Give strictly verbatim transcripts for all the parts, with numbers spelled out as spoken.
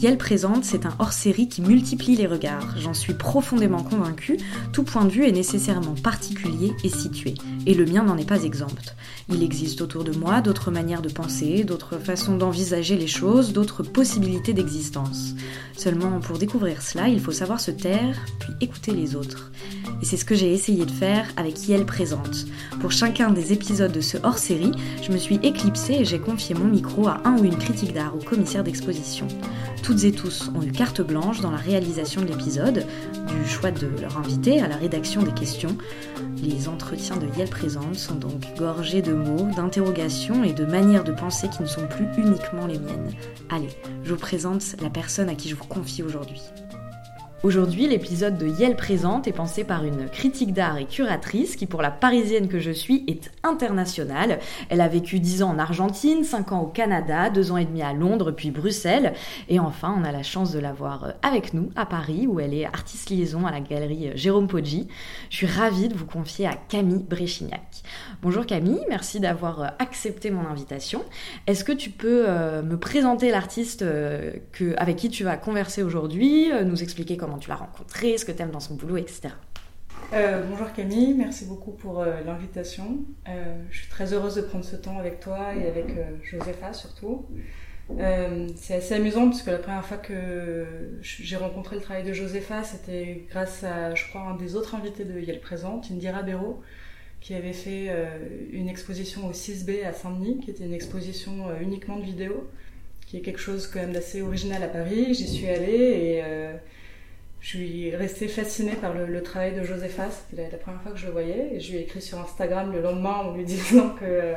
Yael présente, c'est un hors-série qui multiplie les regards. J'en suis profondément convaincue, tout point de vue est nécessairement particulier et situé. Et le mien n'en est pas exempt. Il existe autour de moi d'autres manières de penser, d'autres façons d'envisager les choses, d'autres possibilités d'existence. Seulement, pour découvrir cela, il faut savoir se taire, puis écouter les autres. Et c'est ce que j'ai essayé de faire avec Yael présente. Pour chacun des épisodes de ce hors-série, je me suis éclipsée et j'ai confié mon micro à un ou une critique d'art ou commissaire d'exposition. Toutes et tous ont eu carte blanche dans la réalisation de l'épisode, du choix de leur invité à la rédaction des questions. Les entretiens de Yael présente sont donc gorgés de mots, d'interrogations et de manières de penser qui ne sont plus uniquement les miennes. Allez, je vous présente la personne à qui je vous confie aujourd'hui. Aujourd'hui, l'épisode de Yael présente est pensé par une critique d'art et curatrice qui, pour la parisienne que je suis, est internationale. Elle a vécu dix ans en Argentine, cinq ans au Canada, deux ans et demi à Londres, puis Bruxelles. Et enfin, on a la chance de la voir avec nous à Paris, où elle est artiste liaison à la galerie Jérôme Poggi. Je suis ravie de vous confier à Camille Bréchignac. Bonjour Camille, merci d'avoir accepté mon invitation. Est-ce que tu peux euh, me présenter l'artiste euh, que, avec qui tu vas converser aujourd'hui, euh, nous expliquer comment tu l'as rencontré, ce que tu aimes dans son boulot, et cetera. Euh, bonjour Camille, merci beaucoup pour euh, l'invitation. Euh, je suis très heureuse de prendre ce temps avec toi et avec euh, Josepha surtout. Euh, c'est assez amusant parce que la première fois que j'ai rencontré le travail de Josepha, c'était grâce à, je crois, un des autres invités de Yael présente, Indira Béraud, qui avait fait euh, une exposition au six B à Saint-Denis, qui était une exposition euh, uniquement de vidéos, qui est quelque chose quand même d'assez original à Paris. J'y suis allée et euh, je suis restée fascinée par le, le travail de Josepha. C'était la, la première fois que je le voyais. Et je lui ai écrit sur Instagram le lendemain en lui disant que,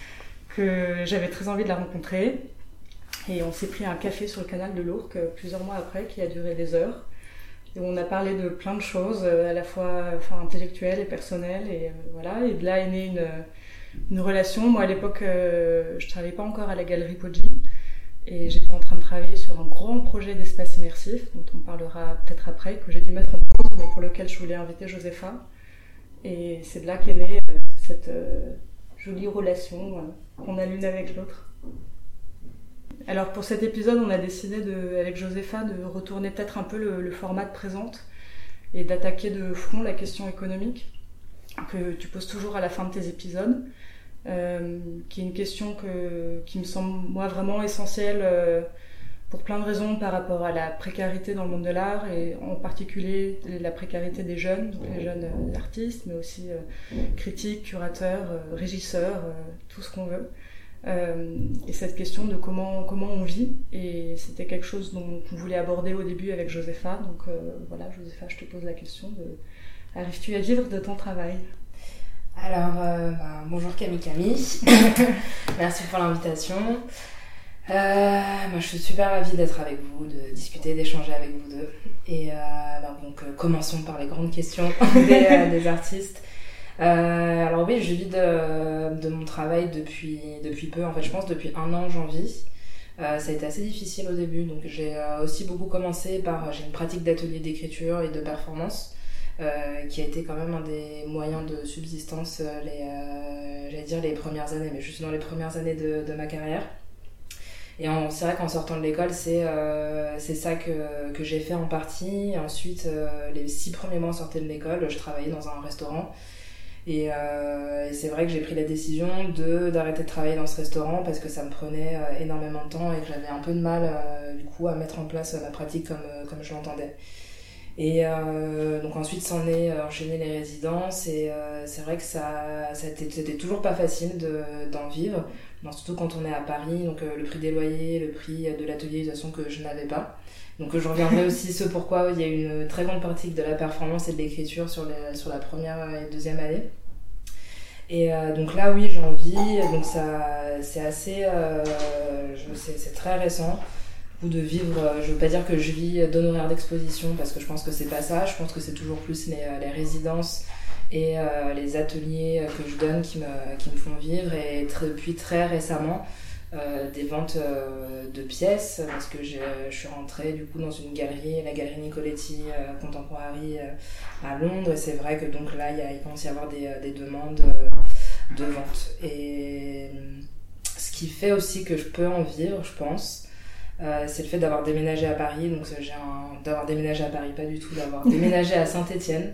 que j'avais très envie de la rencontrer. Et on s'est pris un café sur le canal de l'Ourcq plusieurs mois après, qui a duré des heures. Et on a parlé de plein de choses, à la fois enfin, intellectuelles et personnelles. Et, euh, voilà. Et de là est née une, une relation. Moi, à l'époque, euh, je ne travaillais pas encore à la galerie Poggi. Et j'étais en train de travailler sur un grand projet d'espace immersif, dont on parlera peut-être après, que j'ai dû mettre en pause, mais pour lequel je voulais inviter Josepha. Et c'est de là qu'est née euh, cette euh, jolie relation euh, qu'on a l'une avec l'autre. Alors pour cet épisode, on a décidé de, avec Josepha de retourner peut-être un peu le, le format de présente et d'attaquer de front la question économique que tu poses toujours à la fin de tes épisodes. Euh, qui est une question que, qui me semble moi vraiment essentielle euh, pour plein de raisons par rapport à la précarité dans le monde de l'art et en particulier la précarité des jeunes, donc les jeunes euh, artistes, mais aussi euh, critiques, curateurs, euh, régisseurs, euh, tout ce qu'on veut. Euh, et cette question de comment, comment on vit, et c'était quelque chose dont on voulait aborder au début avec Josepha. Donc euh, voilà, Josepha, je te pose la question de arrives-tu à vivre de ton travail ? Alors, euh, bah, bonjour Camille Camille, merci pour l'invitation. Euh, moi, je suis super ravie d'être avec vous, de discuter, d'échanger avec vous deux. Et euh, bah, donc, euh, commençons par les grandes questions des, euh, des artistes. Euh, alors oui, je vis de, de mon travail depuis, depuis peu, en fait je pense depuis un an j'en vis. Euh, ça a été assez difficile au début, donc j'ai euh, aussi beaucoup commencé par, j'ai une pratique d'atelier d'écriture et de performance. Euh, qui a été quand même un des moyens de subsistance euh, les, euh, j'allais dire les premières années, mais juste dans les premières années de, de ma carrière. Et en, c'est vrai qu'en sortant de l'école, c'est, euh, c'est ça que, que j'ai fait en partie. Et ensuite, euh, les six premiers mois en sortant de l'école, je travaillais dans un restaurant. Et, euh, et c'est vrai que j'ai pris la décision de, d'arrêter de travailler dans ce restaurant parce que ça me prenait euh, énormément de temps et que j'avais un peu de mal euh, du coup, à mettre en place ma pratique comme, comme je l'entendais. Et euh, donc ensuite s'en est enchaîné les résidences et euh, c'est vrai que ça, ça était, c'était toujours pas facile de, d'en vivre, non, surtout quand on est à Paris, donc euh, le prix des loyers, le prix de l'atelier, de toute façon que je n'avais pas. Donc je reviendrai aussi ce pourquoi il y a une très grande pratique de la performance et de l'écriture sur, les, sur la première et deuxième année. Et euh, donc là oui j'en vis, donc ça, c'est assez, euh, je, c'est, c'est très récent. Ou de vivre, je veux pas dire que je vis d'honoraires d'exposition parce que je pense que c'est pas ça, je pense que c'est toujours plus les, les résidences et euh, les ateliers que je donne qui me, qui me font vivre et très, depuis très récemment euh, des ventes euh, de pièces parce que je, je suis rentrée du coup dans une galerie, la galerie Nicoletti euh, Contemporary euh, à Londres et c'est vrai que donc là il, y a, il commence à y avoir des, des demandes euh, de vente et ce qui fait aussi que je peux en vivre je pense. Euh, c'est le fait d'avoir déménagé à Paris, donc j'ai un... d'avoir déménagé à Paris, pas du tout, d'avoir déménagé à Saint-Étienne.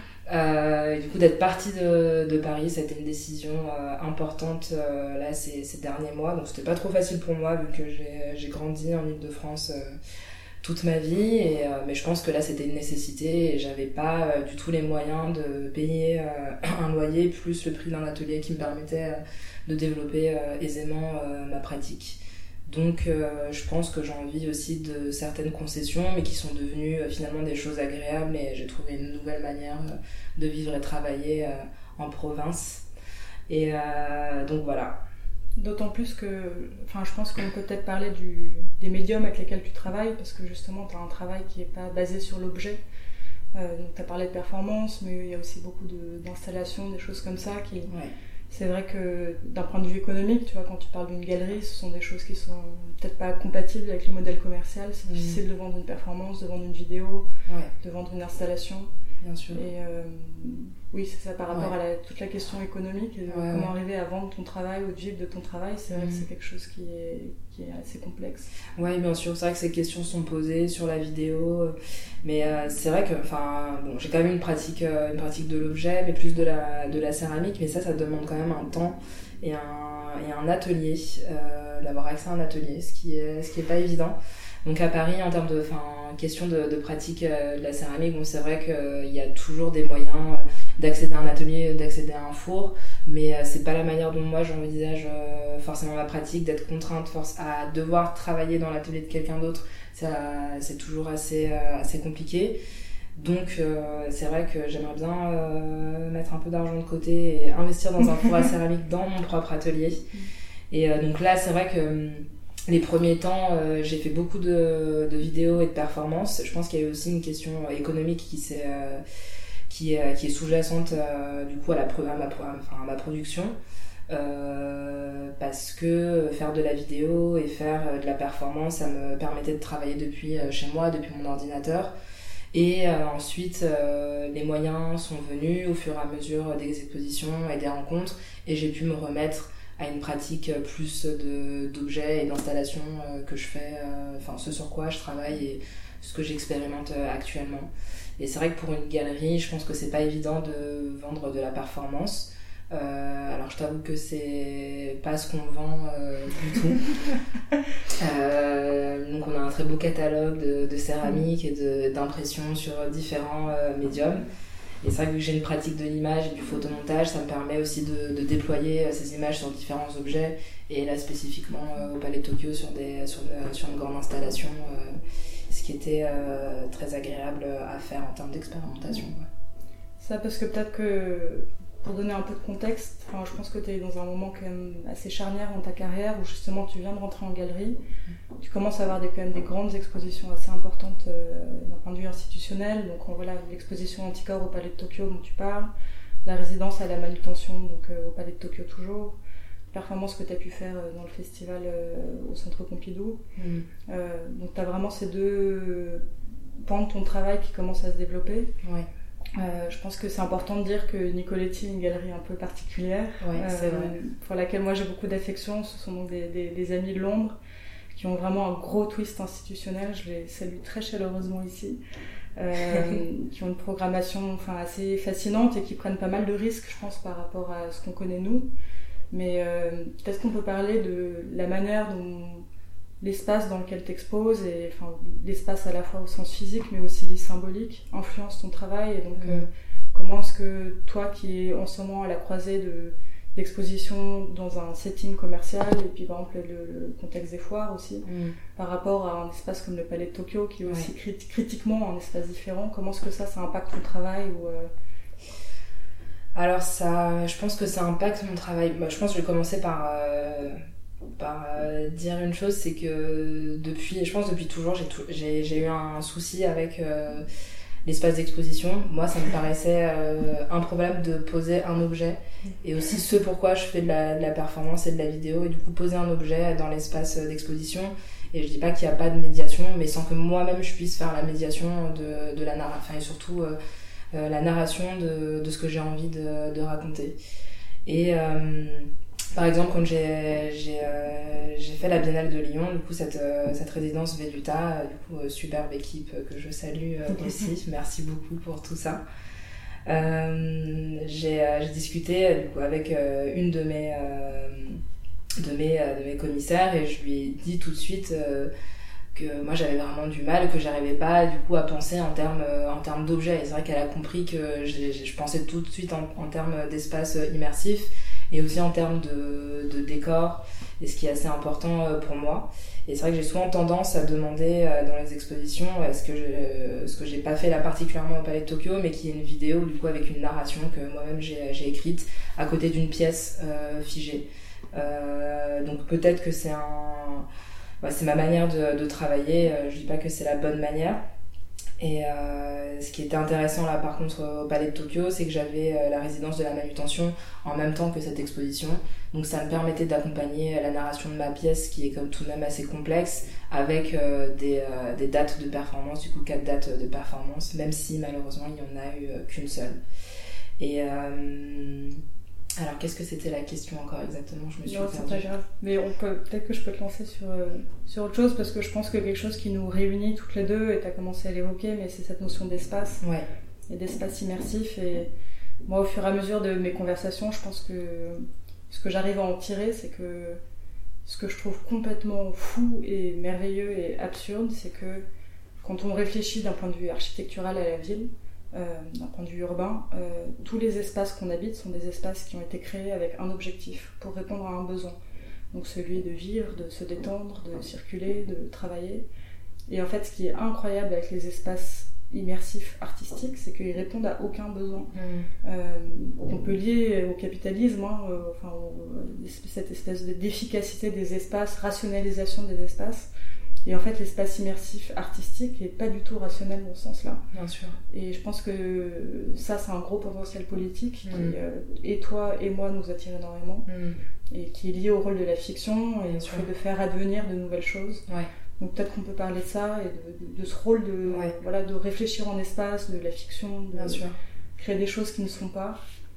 Euh, et du coup, d'être partie de, de Paris, ça a été une décision euh, importante euh, là ces, ces derniers mois. Donc c'était pas trop facile pour moi vu que j'ai, j'ai grandi en Île-de-France euh, toute ma vie. Et, euh, mais je pense que là c'était une nécessité et j'avais pas euh, du tout les moyens de payer euh, un loyer plus le prix d'un atelier qui me permettait euh, de développer euh, aisément euh, ma pratique. Donc euh, je pense que j'ai envie aussi de certaines concessions mais qui sont devenues euh, finalement des choses agréables et j'ai trouvé une nouvelle manière euh, de vivre et travailler euh, en province. Et euh, donc voilà. D'autant plus que, enfin je pense qu'on peut peut-être parler du, des médiums avec lesquels tu travailles parce que justement tu as un travail qui n'est pas basé sur l'objet. Euh, donc tu as parlé de performance mais il y a aussi beaucoup de, d'installations, des choses comme ça qui... Ouais. C'est vrai que d'un point de vue économique, tu vois, quand tu parles d'une galerie, ce sont des choses qui sont peut-être pas compatibles avec le modèle commercial. C'est mmh. difficile de vendre une performance, de vendre une vidéo, ouais. de vendre une installation. Bien sûr. Et euh, oui, c'est ça par rapport ouais. à la, toute la question économique et de ouais, comment ouais. arriver à vendre ton travail ou de vivre de ton travail. C'est mmh. vrai que c'est quelque chose qui est, qui est assez complexe. Oui, bien sûr. C'est vrai que ces questions sont posées sur la vidéo. Mais euh, c'est vrai que enfin, bon, j'ai quand même une pratique, euh, une pratique de l'objet, mais plus de la, de la céramique. Mais ça, ça demande quand même un temps et un, et un atelier, euh, d'avoir accès à un atelier, ce qui est, ce qui est pas évident. Donc à Paris, en termes de enfin, question de, de pratique euh, de la céramique, bon, c'est vrai qu'il euh, y a toujours des moyens euh, d'accéder à un atelier, d'accéder à un four, mais euh, c'est pas la manière dont moi j'envisage euh, forcément ma pratique, d'être contrainte force, à devoir travailler dans l'atelier de quelqu'un d'autre. Ça, c'est toujours assez, euh, assez compliqué. Donc euh, c'est vrai que j'aimerais bien euh, mettre un peu d'argent de côté et investir dans un four à céramique dans mon propre atelier. Et euh, donc là, c'est vrai que les premiers temps, euh, j'ai fait beaucoup de, de vidéos et de performances. Je pense qu'il y a eu aussi une question économique qui, s'est, euh, qui, est, qui est sous-jacente euh, du coup à, la, à, ma, enfin, à ma production. Euh, parce que faire de la vidéo et faire de la performance, ça me permettait de travailler depuis chez moi, depuis mon ordinateur. Et euh, ensuite, euh, les moyens sont venus au fur et à mesure des expositions et des rencontres, et j'ai pu me remettre à une pratique plus de, d'objets et d'installations euh, que je fais, enfin euh, ce sur quoi je travaille et ce que j'expérimente euh, actuellement. Et c'est vrai que pour une galerie, je pense que c'est pas évident de vendre de la performance. Euh, alors je t'avoue que c'est pas ce qu'on vend euh, du tout. euh, donc on a un très beau catalogue de, de céramique et de, d'impression sur différents euh, médiums. Et c'est vrai que vu que j'ai une pratique de l'image et du photomontage, ça me permet aussi de, de déployer ces images sur différents objets. Et là spécifiquement euh, au Palais de Tokyo sur, des, sur, une, sur une grande installation, euh, ce qui était euh, très agréable à faire en termes d'expérimentation. Ouais. Ça parce que peut-être que... Pour donner un peu de contexte, enfin, je pense que tu es dans un moment quand même assez charnière dans ta carrière où justement tu viens de rentrer en galerie. Tu commences à avoir des, quand même des grandes expositions assez importantes euh, d'un point de vue institutionnel. Donc on, voilà, l'exposition Anticorps au Palais de Tokyo dont tu parles, la résidence à la manutention donc, euh, au Palais de Tokyo toujours, la performance que tu as pu faire euh, dans le festival euh, au Centre Pompidou. Mm. Euh, donc tu as vraiment ces deux pans de ton travail qui commencent à se développer. Ouais. Euh, je pense que c'est important de dire que Nicoletti est une galerie un peu particulière, ouais, c'est euh, vrai. pour laquelle moi j'ai beaucoup d'affection. Ce sont donc des, des, des amis de Londres qui ont vraiment un gros twist institutionnel. Je les salue très chaleureusement ici, euh, qui ont une programmation enfin, assez fascinante et qui prennent pas mal de risques, je pense, par rapport à ce qu'on connaît nous. Mais euh, peut-être qu'on peut parler de la manière dont l'espace dans lequel tu exposes, et enfin, l'espace à la fois au sens physique mais aussi symbolique, influence ton travail. Et donc, mmh. euh, comment est-ce que toi qui es en ce moment à la croisée de l'exposition dans un setting commercial, et puis par exemple le, le contexte des foires aussi, mmh. par rapport à un espace comme le Palais de Tokyo qui est aussi ouais. crit- critiquement un espace différent, comment est-ce que ça, ça impacte ton travail ou, euh... Alors ça, je pense que ça impacte mon travail. Bah, je pense que je vais commencer par... Euh... par euh, dire une chose, c'est que depuis, je pense depuis toujours, j'ai, tout, j'ai, j'ai eu un souci avec euh, l'espace d'exposition. Moi, ça me paraissait euh, improbable de poser un objet, et aussi ce pourquoi je fais de la, de la performance et de la vidéo, et du coup poser un objet dans l'espace d'exposition. Et je dis pas qu'il n'y a pas de médiation, mais sans que moi-même je puisse faire la médiation de, de la narration, enfin, et surtout euh, euh, la narration de, de ce que j'ai envie de, de raconter. Et euh, par exemple, quand j'ai, j'ai, euh, j'ai fait la Biennale de Lyon, du coup, cette, euh, cette résidence Veluta, du coup, euh, superbe équipe que je salue euh, aussi. Merci beaucoup pour tout ça. Euh, j'ai, euh, j'ai discuté du coup, avec euh, une de mes, euh, de, mes, euh, de mes commissaires et je lui ai dit tout de suite euh, que moi j'avais vraiment du mal, que j'arrivais pas du coup à penser en termes, euh, en termes d'objets. Et c'est vrai qu'elle a compris que j'ai, je pensais tout de suite en, en termes d'espace immersif et aussi en termes de, de décor, et ce qui est assez important pour moi. Et c'est vrai que j'ai souvent tendance à demander dans les expositions ce que je, ce que j'ai pas fait là particulièrement au Palais de Tokyo, mais qui est une vidéo du coup avec une narration que moi-même j'ai, j'ai écrite à côté d'une pièce euh, figée. Euh, donc peut-être que c'est un, bah, c'est ma manière de, de travailler. Je dis pas que c'est la bonne manière. Et euh, ce qui était intéressant là par contre au Palais de Tokyo, c'est que j'avais euh, la résidence de la manutention en même temps que cette exposition. Donc ça me permettait d'accompagner la narration de ma pièce qui est comme tout de même assez complexe avec euh, des, euh, des dates de performance, du coup quatre dates de performance, même si malheureusement il n'y en a eu euh, qu'une seule. Et euh, alors qu'est-ce que c'était la question encore exactement ? Je me suis non, perdue. C'est pas grave. Mais on peut, peut-être que je peux te lancer sur, euh, sur autre chose parce que je pense que quelque chose qui nous réunit toutes les deux, et tu as commencé à l'évoquer, mais c'est cette notion d'espace ouais. et d'espace immersif. Et moi, au fur et à mesure de mes conversations, je pense que ce que j'arrive à en tirer, c'est que ce que je trouve complètement fou et merveilleux et absurde, c'est que quand on réfléchit d'un point de vue architectural à la ville, Euh, d'un point de vue urbain, euh, tous les espaces qu'on habite sont des espaces qui ont été créés avec un objectif, pour répondre à un besoin. Donc celui de vivre, de se détendre, de circuler, de travailler. Et en fait, ce qui est incroyable avec les espaces immersifs artistiques, c'est qu'ils répondent à aucun besoin. Mmh. Euh, on peut lier au capitalisme, hein, euh, enfin, au, cette espèce d'efficacité des espaces, rationalisation des espaces. Et en fait, l'espace immersif artistique n'est pas du tout rationnel dans ce sens-là. Bien sûr. Et je pense que ça, c'est un gros potentiel politique qui, mmh. euh, et toi et moi, nous attire énormément, mmh. et qui est lié au rôle de la fiction et au fait de faire advenir de nouvelles choses. Ouais. Donc peut-être qu'on peut parler de ça et de, de, de ce rôle de, ouais. voilà, de réfléchir en espace, de la fiction, de Bien sûr. créer des choses qui ne sont pas.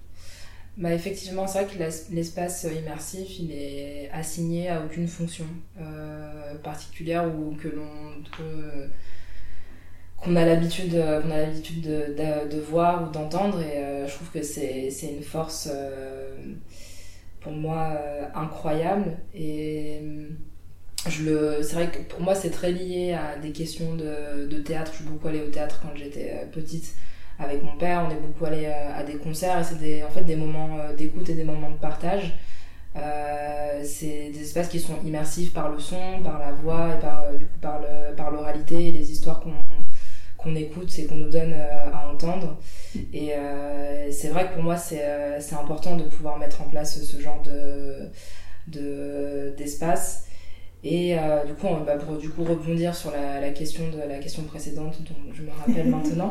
Bah effectivement, c'est vrai que l'espace immersif, il est assigné à aucune fonction euh, particulière ou que l'on que, qu'on a l'habitude, qu'on a l'habitude de, de, de voir ou d'entendre. Et euh, je trouve que c'est, c'est une force euh, pour moi euh, incroyable. Et je le, c'est vrai que pour moi, c'est très lié à des questions de, de théâtre. Je suis beaucoup allée au théâtre quand j'étais petite. Avec mon père, on est beaucoup allé à des concerts et c'est des, en fait des moments d'écoute et des moments de partage. Euh, c'est des espaces qui sont immersifs par le son, par la voix et par, du coup, par, le, par l'oralité et les histoires qu'on, qu'on écoute et qu'on nous donne à entendre. Et euh, c'est vrai que pour moi, c'est, c'est important de pouvoir mettre en place ce genre de, de, d'espace. Et euh, du coup, on, bah, pour du coup rebondir sur la, la, question de, la question précédente dont je me rappelle maintenant.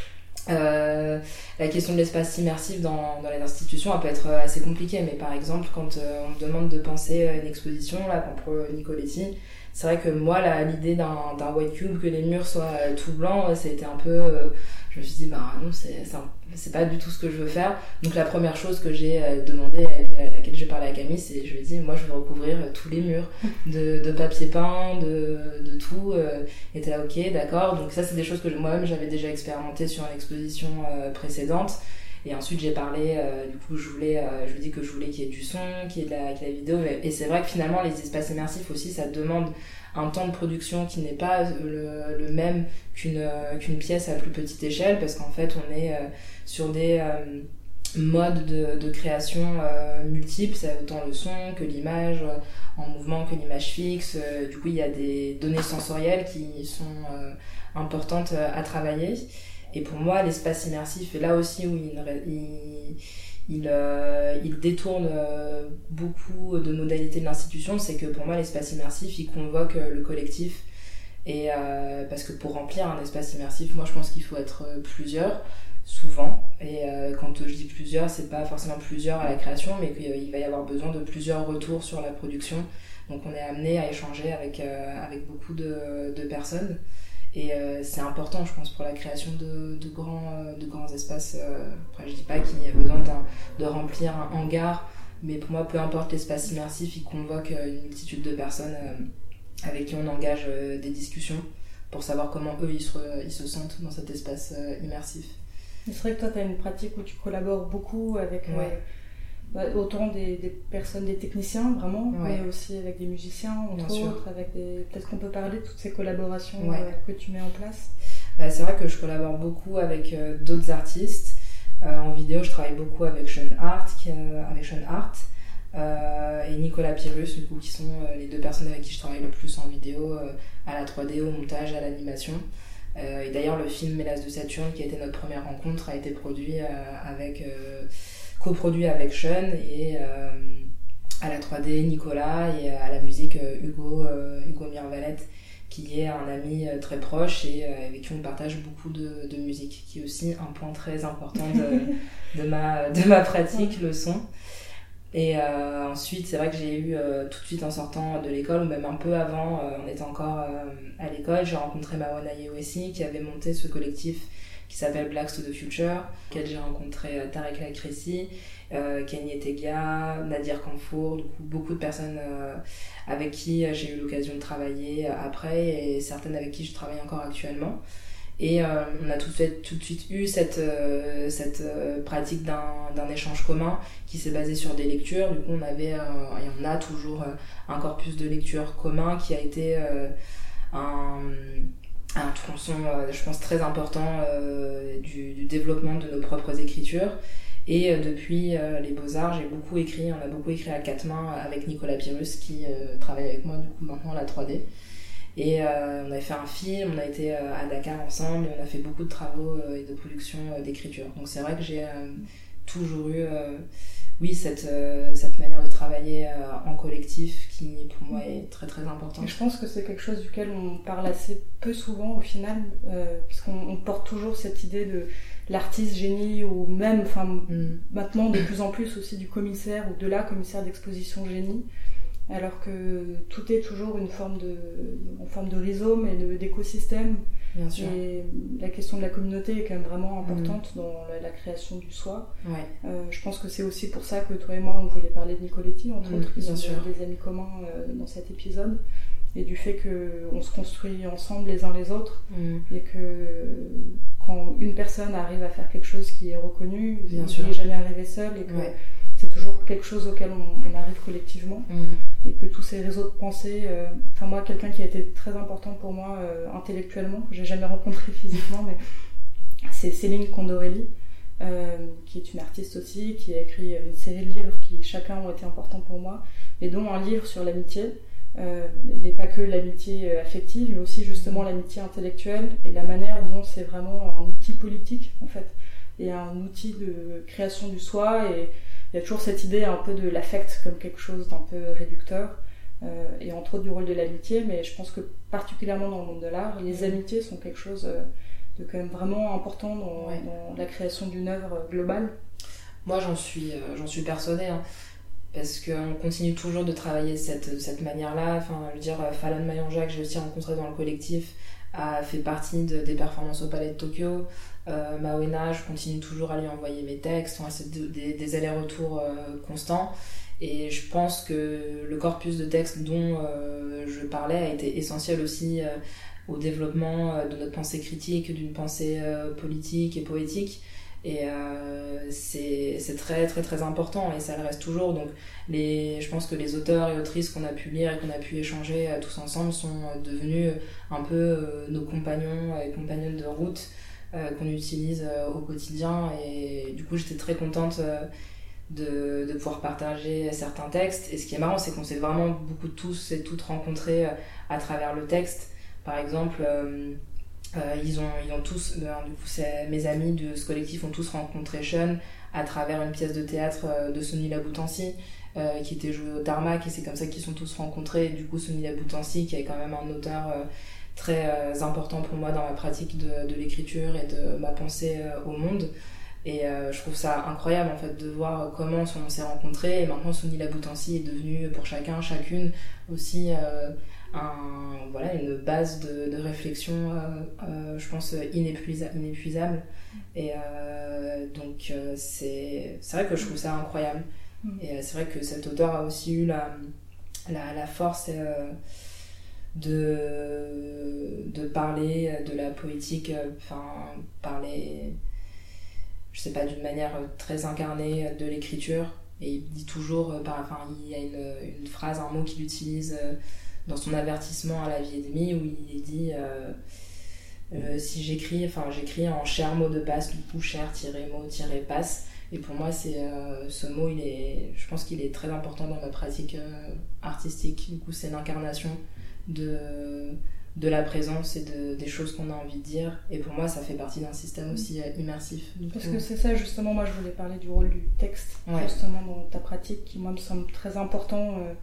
Euh, la question de l'espace immersif dans, dans les institutions, elle peut être assez compliquée, mais par exemple quand euh, on me demande de penser à une exposition là pour Nicoletti, c'est vrai que moi là, l'idée d'un, d'un white cube, que les murs soient euh, tout blancs, ça a été un peu euh, je me suis dit bah non, c'est, c'est, un, c'est pas du tout ce que je veux faire. Donc la première chose que j'ai euh, demandé, à laquelle j'ai parlé à Camille, c'est je lui ai dit moi je veux recouvrir euh, tous les murs de, de papier peint, de, de tout. Euh, et t'es là ok d'accord. Donc ça c'est des choses que moi-même j'avais déjà expérimenté sur une exposition euh, précédente. Et ensuite j'ai parlé, euh, du coup je voulais, euh, je lui ai dit que je voulais qu'il y ait du son, qu'il y ait de la, qu'il y ait de la vidéo. Et c'est vrai que finalement les espaces immersifs aussi ça demande un temps de production qui n'est pas le, le même qu'une, euh, qu'une pièce à plus petite échelle, parce qu'en fait on est euh, sur des euh, modes de, de création euh, multiples, c'est autant le son que l'image euh, en mouvement que l'image fixe. Euh, du coup il y a des données sensorielles qui sont euh, importantes à travailler. Et pour moi l'espace immersif est là aussi où il, il Il, euh, il détourne euh, beaucoup de modalités de l'institution. C'est que pour moi l'espace immersif il convoque euh, le collectif et euh, parce que pour remplir un espace immersif moi je pense qu'il faut être euh, plusieurs souvent et euh, quand je dis plusieurs c'est pas forcément plusieurs à la création mais qu'il va y avoir besoin de plusieurs retours sur la production, donc on est amené à échanger avec, euh, avec beaucoup de, de personnes. Et euh, c'est important, je pense, pour la création de, de, grands, de grands espaces. Euh, après, je dis pas qu'il y a besoin de remplir un hangar mais pour moi peu importe l'espace immersif, il convoque une multitude de personnes euh, avec qui on engage euh, des discussions pour savoir comment eux ils se, ils se sentent dans cet espace euh, immersif. C'est vrai que toi tu as une pratique où tu collabores beaucoup avec ouais. euh, bah, autant des, des personnes, des techniciens vraiment, ouais. mais aussi avec des musiciens entre Bien autres, sûr. Avec des... peut-être qu'on peut parler de toutes ces collaborations ouais. euh, que tu mets en place. Bah, c'est vrai que je collabore beaucoup avec euh, d'autres artistes. Euh, en vidéo, je travaille beaucoup avec Sean Hart, qui, euh, avec Sean Hart euh, et Nicolas Pyrrhus, du coup, qui sont euh, les deux personnes avec qui je travaille le plus en vidéo, euh, à la trois D, au montage, à l'animation. Euh, et d'ailleurs, le film Mélas de Saturne, qui a été notre première rencontre, a été produit euh, avec, euh, coproduit avec Sean et euh, à la trois D, Nicolas, et à la musique euh, Hugo, euh, Hugo Mirvalette, qui est un ami très proche et avec qui on partage beaucoup de, de musique, qui est aussi un point très important de, de, ma, de ma pratique, le son. Et euh, ensuite, c'est vrai que j'ai eu euh, tout de suite en sortant de l'école, ou même un peu avant, euh, on était encore euh, à l'école, j'ai rencontré Mawana Yewesi, qui avait monté ce collectif qui s'appelle Blacks to the Future, auquel j'ai rencontré euh, Tarek Lakressi, euh, Kenny Etegia, Nadir Kanfour, du coup, beaucoup de personnes euh, avec qui j'ai eu l'occasion de travailler après et certaines avec qui je travaille encore actuellement. Et euh, on a tout de suite, tout de suite eu cette, euh, cette euh, pratique d'un, d'un échange commun qui s'est basé sur des lectures. Du coup, on avait, euh, et on a toujours euh, un corpus de lecture commun qui a été euh, un... un tronçon, euh, je pense, très important euh, du, du développement de nos propres écritures. Et euh, depuis euh, les Beaux-Arts, j'ai beaucoup écrit, on a beaucoup écrit à quatre mains avec Nicolas Pyrrhus qui euh, travaille avec moi du coup maintenant à la trois D. Et euh, on avait fait un film, on a été euh, à Dakar ensemble et on a fait beaucoup de travaux euh, et de production euh, d'écriture. Donc c'est vrai que j'ai euh, toujours eu euh, oui, cette, euh, cette manière de travailler euh, en collectif qui pour moi est très très importante. Je pense que c'est quelque chose duquel on parle assez peu souvent au final, euh, puisqu'on on porte toujours cette idée de l'artiste génie ou même enfin mm. maintenant de plus en plus aussi du commissaire ou de la commissaire d'exposition génie, alors que tout est toujours une forme de, en forme de rhizome et de, d'écosystème. Bien sûr. Et la question de la communauté est quand même vraiment importante mmh. dans la, la création du soi. Ouais. Euh, je pense que c'est aussi pour ça que toi et moi on voulait parler de Nicoletti, entre mmh, autres, qui sont sûr. des amis communs euh, dans cet épisode, et du fait qu'on se construit ensemble les uns les autres, mmh. et que quand une personne arrive à faire quelque chose qui est reconnu, Bien il sûr. n'est jamais arrivé seul, et que ouais. c'est toujours quelque chose auquel on, on arrive collectivement. Mmh. Et que tous ces réseaux de pensée, euh, enfin moi quelqu'un qui a été très important pour moi euh, intellectuellement, que j'ai jamais rencontré physiquement, mais c'est Céline Condorelli, euh, qui est une artiste aussi, qui a écrit une série de livres qui chacun ont été importants pour moi, et dont un livre sur l'amitié, euh, mais pas que l'amitié affective, mais aussi justement l'amitié intellectuelle, et la manière dont c'est vraiment un outil politique en fait, et un outil de création du soi. Et il y a toujours cette idée un peu de l'affect comme quelque chose d'un peu réducteur, euh, et entre autres du rôle de l'amitié, mais je pense que particulièrement dans le monde de l'art, les amitiés sont quelque chose de quand même vraiment important dans, ouais. dans la création d'une œuvre globale. Moi j'en suis, euh, j'en suis persuadée, hein, parce qu'on continue toujours de travailler cette, cette manière-là. Enfin, je veux dire, Fallon Mayanja, que j'ai aussi rencontré dans le collectif, a fait partie de, des performances au Palais de Tokyo. Euh, Mawena, je continue toujours à lui envoyer mes textes, enfin, c'est de, des, des allers-retours euh, constants, et je pense que le corpus de textes dont euh, je parlais a été essentiel aussi euh, au développement euh, de notre pensée critique, d'une pensée euh, politique et poétique, et euh, c'est, c'est très très très important et ça le reste toujours. Donc les, je pense que les auteurs et autrices qu'on a pu lire et qu'on a pu échanger euh, tous ensemble sont euh, devenus un peu euh, nos compagnons et compagnonnes de route Euh, qu'on utilise euh, au quotidien, et du coup j'étais très contente euh, de, de pouvoir partager certains textes. Et ce qui est marrant, c'est qu'on s'est vraiment beaucoup tous et toutes rencontrés euh, à travers le texte. Par exemple, euh, euh, ils, ont, ils ont tous, euh, du coup c'est, mes amis de ce collectif ont tous rencontré Sean à travers une pièce de théâtre euh, de Sonny Laboutancy euh, qui était jouée au Tarmac, et c'est comme ça qu'ils sont tous rencontrés. Et du coup Sonny Laboutancy, qui est quand même un auteur euh, très euh, important pour moi dans ma pratique de, de l'écriture et de ma pensée euh, au monde, et euh, je trouve ça incroyable en fait de voir comment on s'est rencontrés. Et maintenant Sonny Laboutancy est devenu pour chacun, chacune aussi euh, un, voilà, une base de, de réflexion euh, euh, je pense inépuisable, inépuisable. Et euh, donc euh, c'est, c'est vrai que je trouve ça incroyable. Mmh. Et euh, c'est vrai que cet auteur a aussi eu la, la, la force euh, de, de parler de la poétique, enfin, euh, parler, je sais pas, d'une manière très incarnée de l'écriture. Et il dit toujours, par, enfin, il y a une, une phrase, un mot qu'il utilise dans son avertissement à la vie et demie, où il dit euh, euh, si j'écris, enfin j'écris en cher mot de passe, du coup cher tiré mot tiré passe. Et pour moi, c'est euh, ce mot, il est, je pense qu'il est très important dans ma pratique euh, artistique. Du coup, c'est l'incarnation de de la présence et de, des choses qu'on a envie de dire. Et pour moi, ça fait partie d'un système aussi euh, immersif. Parce que c'est ça, justement, moi je voulais parler du rôle du texte, ouais. justement, dans ta pratique, qui moi me semble très important, euh,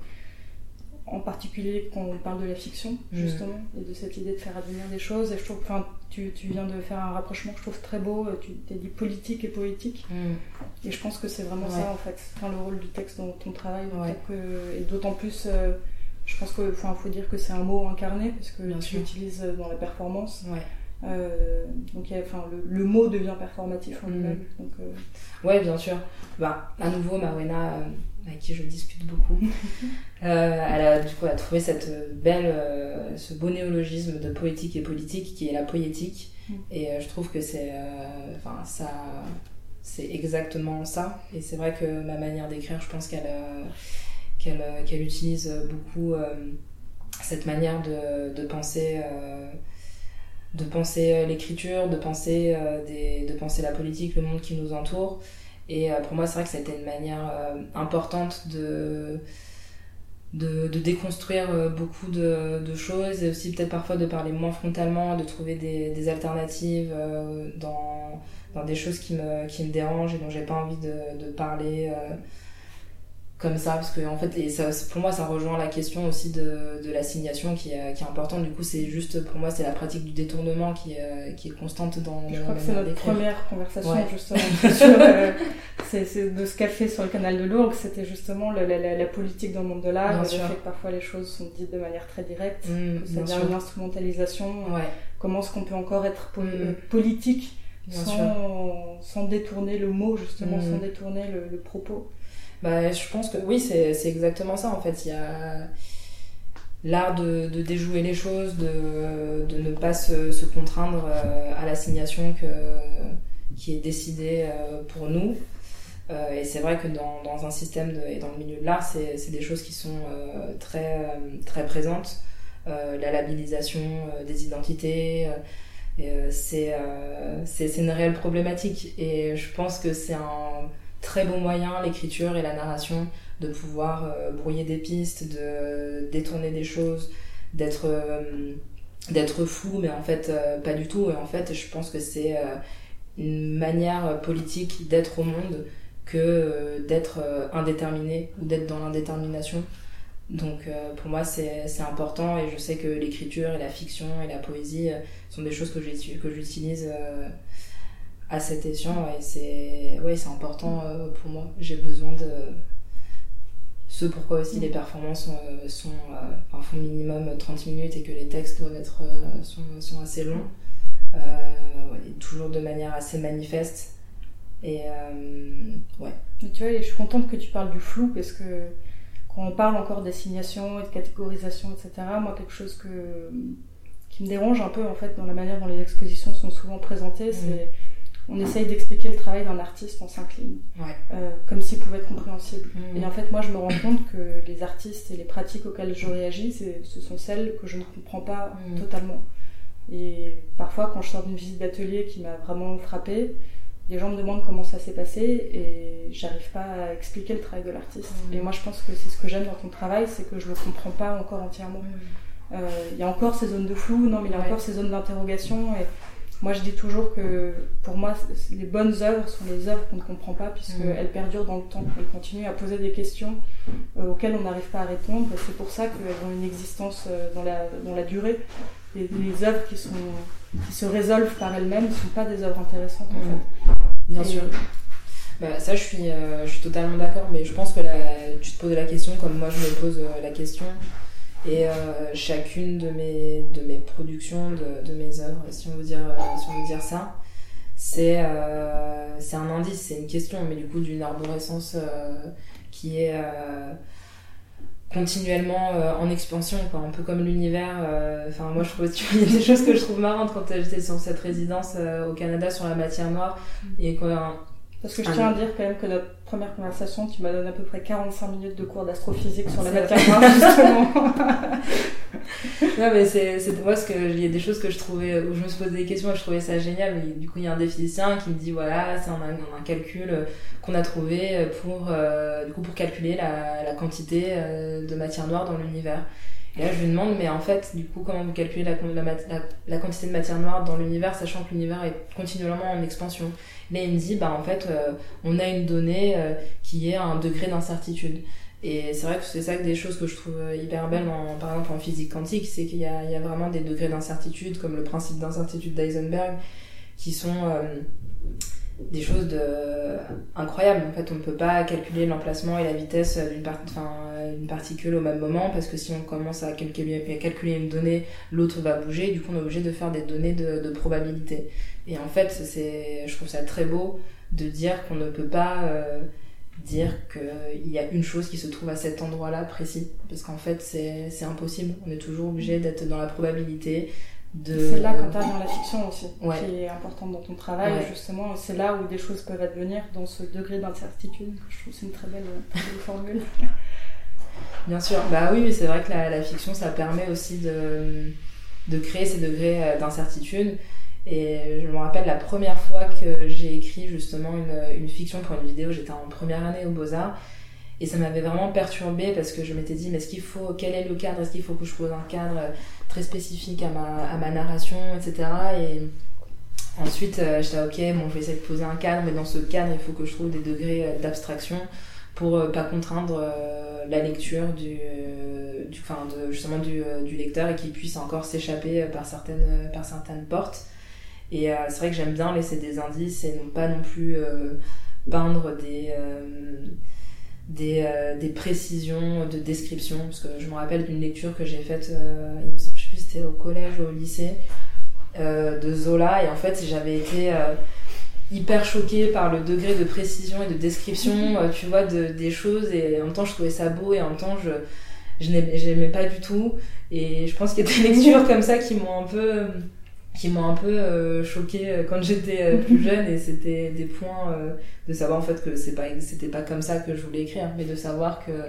en particulier quand on parle de la fiction, justement, mmh. et de cette idée de faire advenir des choses. Et je trouve, enfin, tu, tu viens de faire un rapprochement que je trouve très beau, tu t'es dit politique et poétique, mmh. et je pense que c'est vraiment ouais. ça, en fait, enfin, le rôle du texte dans ton travail, ouais. que, et d'autant plus... Euh, je pense qu'il faut, faut dire que c'est un mot incarné, parce que Bien tu sûr. l'utilises dans la performance. Ouais. Euh, donc y a, enfin, le, le mot devient performatif en lui-même. Mmh. Donc, euh... Ouais, bien sûr. Bah, à nouveau, Marwena, euh, avec qui je discute beaucoup, euh, elle a du coup a trouvé cette belle, euh, ce beau néologisme de poétique et politique qui est la poétique. Mmh. Et euh, je trouve que c'est, enfin, euh, ça, c'est exactement ça. Et c'est vrai que ma manière d'écrire, je pense qu'elle a, Qu'elle, qu'elle utilise beaucoup euh, cette manière de, de penser euh, de penser l'écriture, de penser, euh, des, de penser la politique, le monde qui nous entoure. Et euh, pour moi, c'est vrai que c'était une manière euh, importante de, de, de déconstruire beaucoup de, de choses, et aussi peut-être parfois de parler moins frontalement, de trouver des, des alternatives euh, dans, dans des choses qui me, qui me dérangent et dont j'ai pas envie de, de parler euh, comme ça, parce que en fait, et ça, pour moi ça rejoint la question aussi de, de l'assignation qui est, qui est importante. Du coup, c'est juste, pour moi, c'est la pratique du détournement qui est, qui est constante dans je crois que c'est notre d'écrire. Première conversation, ouais. justement, sur, euh, c'est, c'est de ce qu'a fait sur le canal de Lourdes, c'était justement la, la, la politique dans le monde de l'art, bien le sûr. Fait que parfois les choses sont dites de manière très directe, mmh, c'est-à-dire une instrumentalisation, ouais. comment est-ce qu'on peut encore être po- mmh. politique sans, sans détourner le mot, justement, mmh. sans détourner le, le propos. Bah, je pense que oui, c'est, c'est exactement ça en fait. Il y a l'art de, de déjouer les choses, de, de ne pas se, se contraindre à l'assignation que, qui est décidée pour nous. Et c'est vrai que dans, dans un système de, et dans le milieu de l'art, c'est, c'est des choses qui sont très, très présentes. La labellisation des identités, et c'est, c'est, c'est une réelle problématique. Et je pense que c'est un très bon moyen, l'écriture et la narration, de pouvoir euh, brouiller des pistes, de détourner des choses, d'être, euh, d'être flou, mais en fait euh, pas du tout. Et en fait, je pense que c'est euh, une manière politique d'être au monde que euh, d'être euh, indéterminé ou d'être dans l'indétermination. Donc euh, pour moi, c'est, c'est important, et je sais que l'écriture et la fiction et la poésie euh, sont des choses que, que j'utilise euh, à cet escient, et c'est, ouais, c'est important euh, pour moi. J'ai besoin de... Ce pourquoi aussi mmh. les performances sont, sont, euh, enfin, font minimum trente minutes, et que les textes doivent être, euh, sont, sont assez longs, euh, ouais, toujours de manière assez manifeste. Et euh, ouais. Mais tu vois, je suis contente que tu parles du flou, parce que quand on parle encore d'assignation et de catégorisation, et cetera, moi, quelque chose que, qui me dérange un peu, en fait, dans la manière dont les expositions sont souvent présentées, mmh. c'est on essaye d'expliquer le travail d'un artiste en cinq lignes, ouais. euh, comme s'il pouvait être compréhensible. Mmh. Et en fait, moi, je me rends compte que les artistes et les pratiques auxquelles je réagis, c'est, ce sont celles que je ne comprends pas mmh. totalement. Et parfois, quand je sors d'une visite d'atelier qui m'a vraiment frappée, les gens me demandent comment ça s'est passé, et j'arrive pas à expliquer le travail de l'artiste. Mmh. Et moi, je pense que c'est ce que j'aime dans ton travail, c'est que je le comprends pas encore entièrement. Il mmh. euh, y a encore ces zones de flou, non, mais il y a ouais. encore ces zones d'interrogation. Et moi, je dis toujours que, pour moi, les bonnes œuvres sont les œuvres qu'on ne comprend pas, puisqu'elles mmh. perdurent dans le temps. Elles continuent à poser des questions euh, auxquelles on n'arrive pas à répondre. Et c'est pour ça qu'elles ont une existence euh, dans, la, dans la durée. Et les œuvres qui, sont, qui se résolvent par elles-mêmes ne sont pas des œuvres intéressantes, en fait. Bien et sûr. Bah, ça, je suis, euh, je suis totalement d'accord. Mais je pense que la, tu te poses la question comme moi, je me pose euh, la question. Et euh, chacune de mes, de mes productions, de, de mes œuvres, si on veut dire, si on veut dire ça, c'est, euh, c'est un indice, c'est une question, mais du coup d'une arborescence euh, qui est euh, continuellement euh, en expansion, quoi, un peu comme l'univers. Enfin, euh, moi, je trouve, tu vois, il y a des choses que je trouve marrantes quand j'étais sur cette résidence euh, au Canada sur la matière noire. Et quoi, Parce que je tiens à dire quand même que notre première conversation, tu m'as donné à peu près quarante-cinq minutes de cours d'astrophysique sur la matière noire, justement. Non, mais c'est, c'est moi, parce qu'il y a des choses que je trouvais, où je me suis posé des questions et je trouvais ça génial. Mais du coup, il y a un des physiciens qui me dit, voilà, c'est un, un calcul qu'on a trouvé pour, euh, du coup, pour calculer la, la quantité euh, de matière noire dans l'univers. Et là, je lui demande, mais en fait, du coup, comment vous calculez la, la, la, la quantité de matière noire dans l'univers, sachant que l'univers est continuellement en expansion. Là, il me dit, bah, en fait, euh, on a une donnée euh, qui est à un degré d'incertitude. Et c'est vrai que c'est ça que des choses que je trouve hyper belles, en, par exemple, en physique quantique, c'est qu'il y a, il y a vraiment des degrés d'incertitude, comme le principe d'incertitude d'Heisenberg, qui sont euh, des choses de... incroyables. En fait, on ne peut pas calculer l'emplacement et la vitesse d'une, part... enfin, d'une particule au même moment, parce que si on commence à calculer, à calculer une donnée, l'autre va bouger, du coup on est obligé de faire des données de, de probabilité. Et en fait, c'est... je trouve ça très beau de dire qu'on ne peut pas euh, dire qu'il y a une chose qui se trouve à cet endroit-là précis, parce qu'en fait c'est, c'est impossible, on est toujours obligé d'être dans la probabilité. De... C'est là qu'intervient la fiction aussi, ouais. qui est importante dans ton travail, ouais. Justement, c'est là où des choses peuvent advenir dans ce degré d'incertitude. Je trouve que c'est une très belle, très belle formule. Bien sûr, bah oui, c'est vrai que la, la fiction, ça permet aussi de, de créer ces degrés d'incertitude. Et je me rappelle la première fois que j'ai écrit justement une, une fiction pour une vidéo, j'étais en première année aux Beaux-Arts. Et ça m'avait vraiment perturbée parce que je m'étais dit, mais est-ce qu'il faut, quel est le cadre, est-ce qu'il faut que je pose un cadre très spécifique à ma, à ma narration, et cetera. Et ensuite, euh, j'étais ok, bon, je vais essayer de poser un cadre, mais dans ce cadre, il faut que je trouve des degrés d'abstraction pour euh, pas contraindre euh, la lecture du, euh, du, enfin, de, justement du, euh, du lecteur et qu'il puisse encore s'échapper par certaines, par certaines portes. Et euh, c'est vrai que j'aime bien laisser des indices et non pas non plus euh, peindre des... Euh, Des, euh, des précisions de description, parce que je me rappelle d'une lecture que j'ai faite, euh, il me semble, je sais plus si c'était au collège ou au lycée, euh, de Zola, et en fait j'avais été euh, hyper choquée par le degré de précision et de description, euh, tu vois, de, des choses, et en même temps je trouvais ça beau, et en même temps je, je n'aimais pas du tout, et je pense qu'il y a des lectures comme ça qui m'ont un peu... qui m'ont un peu euh, choquée quand j'étais euh, plus jeune, et c'était des points euh, de savoir en fait que c'est pas, c'était pas comme ça que je voulais écrire, mais de savoir que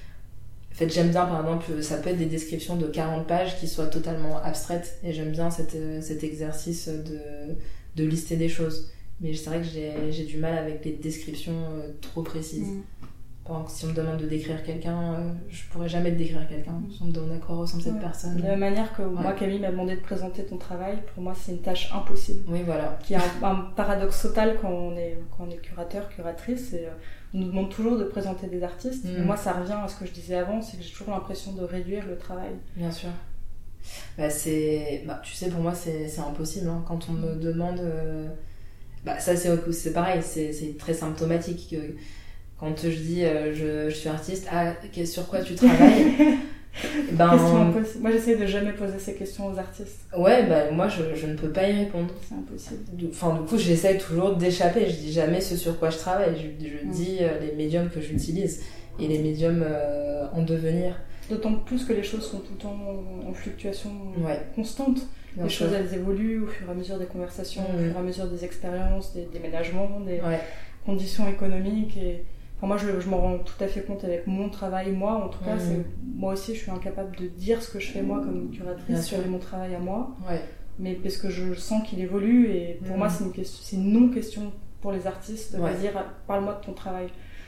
en fait j'aime bien par exemple, ça peut être des descriptions de quarante pages qui soient totalement abstraites, et j'aime bien cette, cet exercice de, de lister des choses, mais c'est vrai que j'ai, j'ai du mal avec les descriptions euh, trop précises. Mmh. Par exemple, si on me demande de décrire quelqu'un, euh, je pourrais jamais te décrire quelqu'un. Si on me demande à quoi ressemble cette ouais. personne. De la même manière que ouais. moi, Camille m'a demandé de présenter ton travail, pour moi, c'est une tâche impossible. Oui, voilà. Qui est un, un paradoxe total quand on est, quand on est curateur, curatrice. Et, euh, on nous demande toujours de présenter des artistes. Mm. Mais moi, ça revient à ce que je disais avant, c'est que j'ai toujours l'impression de réduire le travail. Bien sûr. Bah, c'est... Bah, tu sais, pour moi, c'est, c'est impossible. Hein. Quand on me demande... Euh... Bah, ça, c'est, c'est pareil, c'est, c'est très symptomatique. Que... Quand je dis euh, je, je suis artiste, ah, sur quoi tu travailles? Ben, moi j'essaie de jamais poser ces questions aux artistes. Ouais, bah moi je, je ne peux pas y répondre. C'est impossible. Du, enfin, du coup, j'essaie toujours d'échapper. Je dis jamais ce sur quoi je travaille. Je, je mm. dis euh, les médiums que j'utilise et les médiums euh, en devenir. D'autant plus que les choses sont tout le temps en fluctuation ouais. constante. Bien les sûr. Choses elles évoluent au fur et à mesure des conversations, mm. au fur et à mesure des expériences, des déménagements, des ouais. conditions économiques et. Enfin, moi, je, je m'en rends tout à fait compte avec mon travail, moi, en tout cas. Mmh. C'est, moi aussi, je suis incapable de dire ce que je fais, moi, comme curatrice, sur mon travail à moi. Ouais. Mais parce que je sens qu'il évolue, et pour mmh. moi, c'est une, question, c'est une non-question pour les artistes de ouais. dire « parle-moi de ton travail ».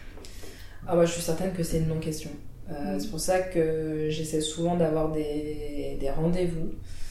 Ah ouais, je suis certaine que c'est une non-question. Euh, mmh. C'est pour ça que j'essaie souvent d'avoir des, des rendez-vous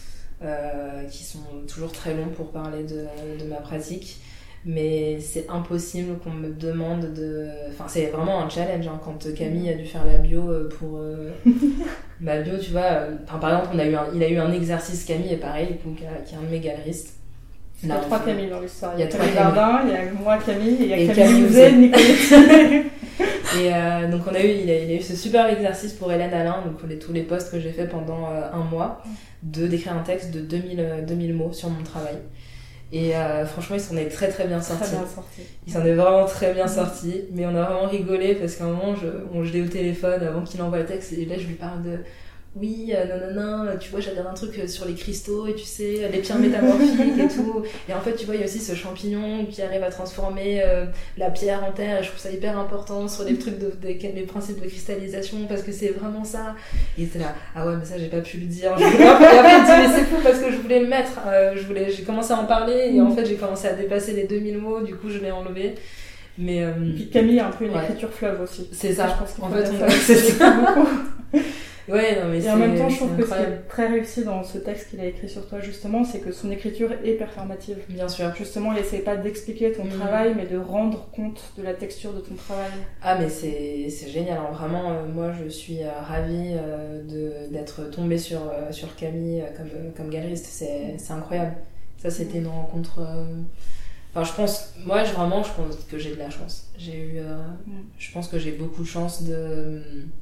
euh, qui sont toujours très longs pour parler de, de ma pratique. Mais c'est impossible qu'on me demande de... Enfin, c'est vraiment un challenge, hein, quand Camille a dû faire la bio pour... Euh... ma bio, tu vois... Enfin, par exemple, on a eu un... il a eu un exercice, Camille, est pareil, donc, qui est un de mes galeristes. Il y a trois Camille dans l'histoire. Il y a Camille trois Bardin, il y a moi, Camille, et il y a et Camille Houzet, Nicolas. Et euh, donc, on a eu, il, a, il a eu ce super exercice pour Hélène Alain, donc les, tous les posts que j'ai fait pendant euh, un mois, de d'écrire un texte de deux mille mots sur mon travail. Et euh, franchement, il s'en est très très bien sorti. Très bien sorti. Il s'en est vraiment très bien sorti. Mais on a vraiment rigolé parce qu'à un moment, je, on, je l'ai au téléphone avant qu'il envoie le texte. Et là, je lui parle de... Oui, euh, non, non, non, tu vois, j'adore un truc sur les cristaux et tu sais, les pierres métamorphiques et tout. Et en fait, tu vois, il y a aussi ce champignon qui arrive à transformer euh, la pierre en terre. Et je trouve ça hyper important sur les trucs, de, de, les principes de cristallisation parce que c'est vraiment ça. Et c'est là, ah ouais, mais ça, j'ai pas pu le dire. Et après, il me dit, mais c'est fou parce que je voulais le mettre. Euh, je voulais, j'ai commencé à en parler et en fait, j'ai commencé à dépasser les deux mille mots. Du coup, je l'ai enlevé. Mais, euh, et puis Camille a un peu une ouais. écriture fleuve aussi. C'est ça, je pense qu'il en faut fait, ça. on... c'est ça. beaucoup. Ouais, non, mais et c'est, en même temps, je trouve que ce qui incroyable. est très réussi dans ce texte qu'il a écrit sur toi, justement, c'est que son écriture est performative. Bien sûr. Justement, il essaie pas d'expliquer ton mmh. travail, mais de rendre compte de la texture de ton travail. Ah, mais c'est, c'est génial. Alors, vraiment, euh, moi, je suis euh, ravie euh, de, d'être tombée sur, euh, sur Camille euh, comme, euh, comme galeriste. C'est, c'est incroyable. Ça, c'était une rencontre... Euh... Enfin, je pense... Moi, je, vraiment, je pense que j'ai de la chance. J'ai eu... Euh... Mmh. Je pense que j'ai beaucoup de chance de...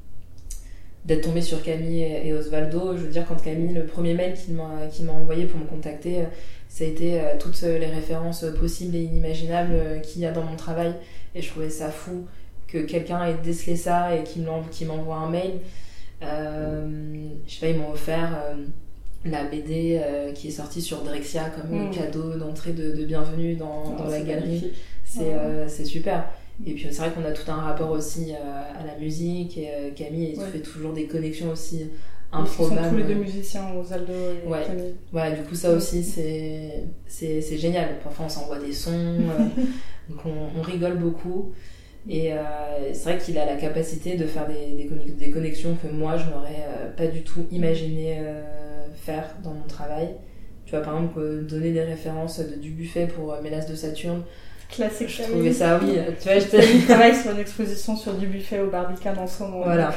d'être tombée sur Camille et Osvaldo. Je veux dire, quand Camille, le premier mail qu'il m'a, qu'il m'a envoyé pour me contacter, ça a été euh, toutes les références possibles et inimaginables euh, qu'il y a dans mon travail. Et je trouvais ça fou que quelqu'un ait décelé ça et qu'il, qu'il m'envoie un mail. Euh, je sais pas, ils m'ont offert euh, la B D euh, qui est sortie sur Drexia comme mmh. cadeau d'entrée de, de bienvenue dans, oh, dans la galerie. C'est, ouais. euh, c'est super. Et puis c'est vrai qu'on a tout un rapport aussi euh, à la musique et euh, Camille ouais. fait toujours des connexions aussi improbables. Ils sont tous les deux musiciens, Osvaldo et ouais. Camille. Ouais, du coup ça aussi c'est, c'est, c'est génial. Parfois on s'envoie des sons, euh, donc on, on rigole beaucoup. Et euh, c'est vrai qu'il a la capacité de faire des, des, connexions, des connexions que moi je n'aurais euh, pas du tout imaginé euh, faire dans mon travail. Tu vois, par exemple, euh, donner des références de Dubuffet pour euh, Mélas de Saturne. Classique. Je trouvais ça, oui. Tu vois, j'étais... Je travaille sur une exposition sur Dubuffet au Barbican en ce moment. Voilà.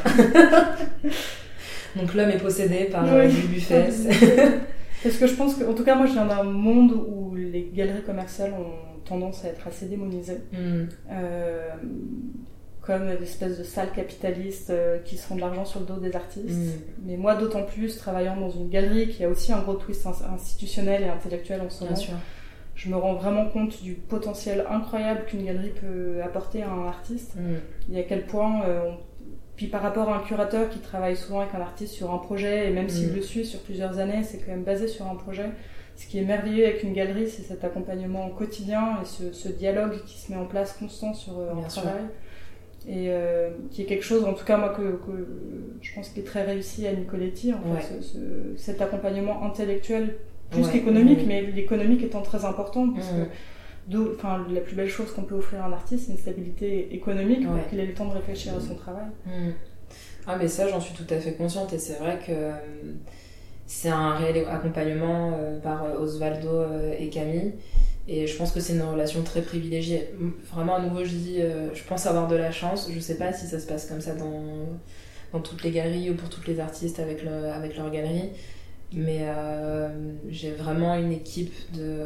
Donc l'homme est possédé par oui. Dubuffet. Parce que je pense que, en tout cas, moi je viens d'un monde où les galeries commerciales ont tendance à être assez démonisées. Mm. Euh, comme des espèces de salles capitalistes euh, qui se font de l'argent sur le dos des artistes. Mm. Mais moi, d'autant plus, travaillant dans une galerie qui a aussi un gros twist institutionnel et intellectuel en ce moment. Bien sûr. Je me rends vraiment compte du potentiel incroyable qu'une galerie peut apporter à un artiste. Mm. Et à quel point, euh, on... puis par rapport à un curateur qui travaille souvent avec un artiste sur un projet, et même mm. s'il le suit sur plusieurs années, c'est quand même basé sur un projet. Ce qui est merveilleux avec une galerie, c'est cet accompagnement au quotidien et ce, ce dialogue qui se met en place constant sur euh, un travail. Et euh, qui est quelque chose, en tout cas moi, que, que je pense qui est très réussi à Nicoletti, en ouais. fait, ce, ce, cet accompagnement intellectuel plus ouais, qu'économique, ouais. mais l'économique étant très important, parce ouais. que enfin, la plus belle chose qu'on peut offrir à un artiste, c'est une stabilité économique ouais. pour qu'il ait le temps de réfléchir à son travail. Mmh. Ah mais ça, j'en suis tout à fait consciente, et c'est vrai que c'est un réel accompagnement euh, par Osvaldo euh, et Camille, et je pense que c'est une relation très privilégiée. Vraiment, à nouveau, je dis, euh, je pense avoir de la chance. Je sais pas si ça se passe comme ça dans, dans toutes les galeries ou pour toutes les artistes avec, le, avec leur galerie. Mais euh, j'ai vraiment une équipe de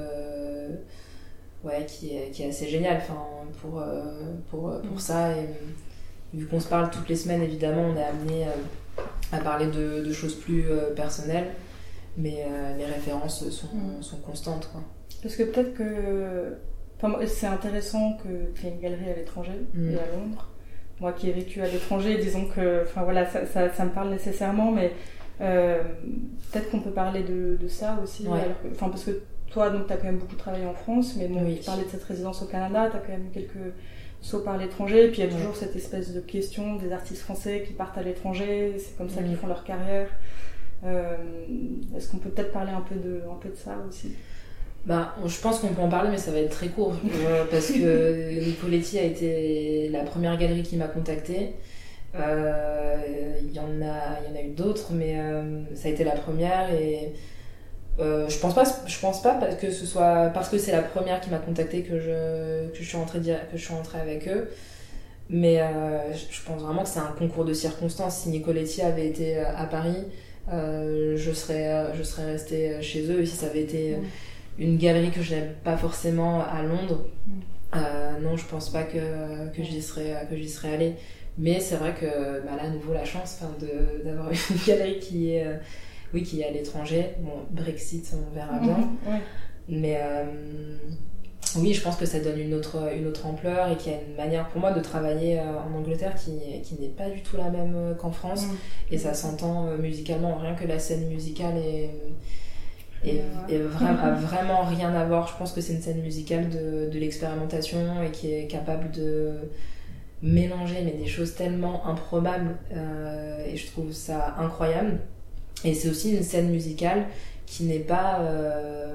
ouais qui est qui est assez géniale, enfin pour euh, pour pour ça. Et vu qu'on se parle toutes les semaines, évidemment, on est amené euh, à parler de, de choses plus euh, personnelles, mais euh, les références sont mmh. sont constantes, quoi. Parce que peut-être que enfin, c'est intéressant que qu'il y ait une galerie à l'étranger mmh. et à Londres. Moi qui ai vécu à l'étranger, disons que enfin voilà ça ça, ça me parle nécessairement, mais Euh, peut-être qu'on peut parler de, de ça aussi, ouais. alors que, enfin, parce que toi, donc, tu as quand même beaucoup travaillé en France, mais bon, oui. tu parlais de cette résidence au Canada, tu as quand même quelques sauts par l'étranger, et puis il y a toujours ouais. cette espèce de question des artistes français qui partent à l'étranger, c'est comme ça oui. qu'ils font leur carrière. Euh, est-ce qu'on peut peut-être parler un peu de, un peu de ça aussi ? Bah, je pense qu'on peut en parler, mais ça va être très court, euh, parce que Nicoletti a été la première galerie qui m'a contactée. Il euh, y, y en a eu d'autres, mais euh, ça a été la première, et euh, je pense pas, je pense pas que ce soit parce que c'est la première qui m'a contactée que je, que je suis rentrée, que je suis rentrée avec eux, mais euh, je pense vraiment que c'est un concours de circonstances. Si Nicoletti avait été à Paris, euh, je serais, je serais restée chez eux, et si ça avait été une galerie que je n'aime pas forcément à Londres, euh, non, je pense pas que, que j'y serais, que j'y serais allée. Mais c'est vrai que bah là, à nouveau, la chance de, d'avoir une galerie qui est, euh, oui, qui est à l'étranger. Bon, Brexit, on verra bien. Mmh, ouais. Mais euh, oui, je pense que ça donne une autre, une autre ampleur et qu'il y a une manière pour moi de travailler en Angleterre qui, qui n'est pas du tout la même qu'en France. Mmh. Et ça s'entend musicalement, rien que la scène musicale est, est, est vra- a vraiment rien à voir. Je pense que c'est une scène musicale de, de l'expérimentation et qui est capable de mélanger mais des choses tellement improbables euh, et je trouve ça incroyable. Et c'est aussi une scène musicale qui n'est pas... Euh,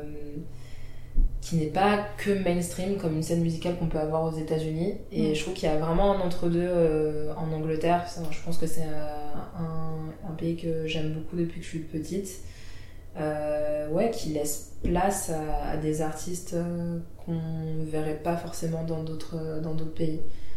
qui n'est pas que mainstream comme une scène musicale qu'on peut avoir aux États-Unis et mmh. je trouve qu'il y a vraiment un entre-deux euh, en Angleterre. Je pense que c'est un, un, un pays que j'aime beaucoup depuis que je suis petite, euh, ouais, qui laisse place à, à des artistes euh, qu'on ne verrait pas forcément dans d'autres, dans d'autres pays.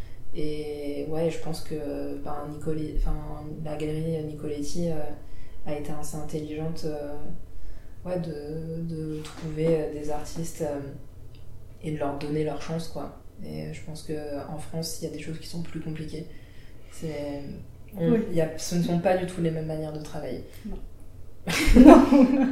Et ouais, je pense que ben, Nicole, enfin, la galerie Nicoletti euh, a été assez intelligente euh, ouais, de, de trouver des artistes euh, et de leur donner leur chance, quoi. Et je pense qu'en France, il y a des choses qui sont plus compliquées. C'est, on, oui. y a, ce ne sont pas du tout les mêmes manières de travailler. Non. non.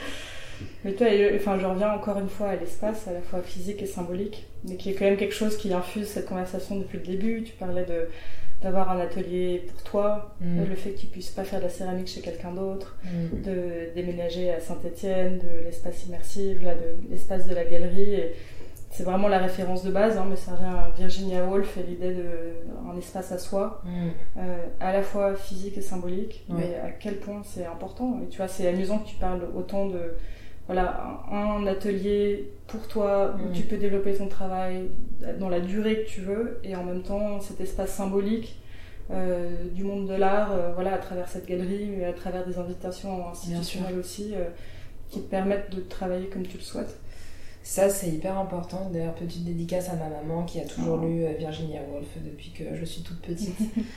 Mais toi, enfin, je reviens encore une fois à l'espace, à la fois physique et symbolique, mais qui est quand même quelque chose qui infuse cette conversation depuis le début. Tu parlais de... d'avoir un atelier pour toi, mmh. le fait que tu puisses pas faire de la céramique chez quelqu'un d'autre, mmh. de déménager à Saint-Étienne, de l'espace immersif, là, de l'espace de la galerie. Et c'est vraiment la référence de base, hein, mais ça revient à Virginia Woolf et l'idée d'un espace à soi, mmh. euh, à la fois physique et symbolique, ouais. mais à quel point c'est important. Et tu vois, c'est amusant que tu parles autant de voilà, un atelier pour toi où mmh. tu peux développer ton travail dans la durée que tu veux et en même temps cet espace symbolique euh, du monde de l'art euh, voilà, à travers cette galerie mais à travers des invitations institutionnelles aussi euh, qui te permettent de travailler comme tu le souhaites. Ça c'est hyper important, d'ailleurs petite dédicace à ma maman qui a toujours oh. lu Virginia Woolf depuis que je suis toute petite.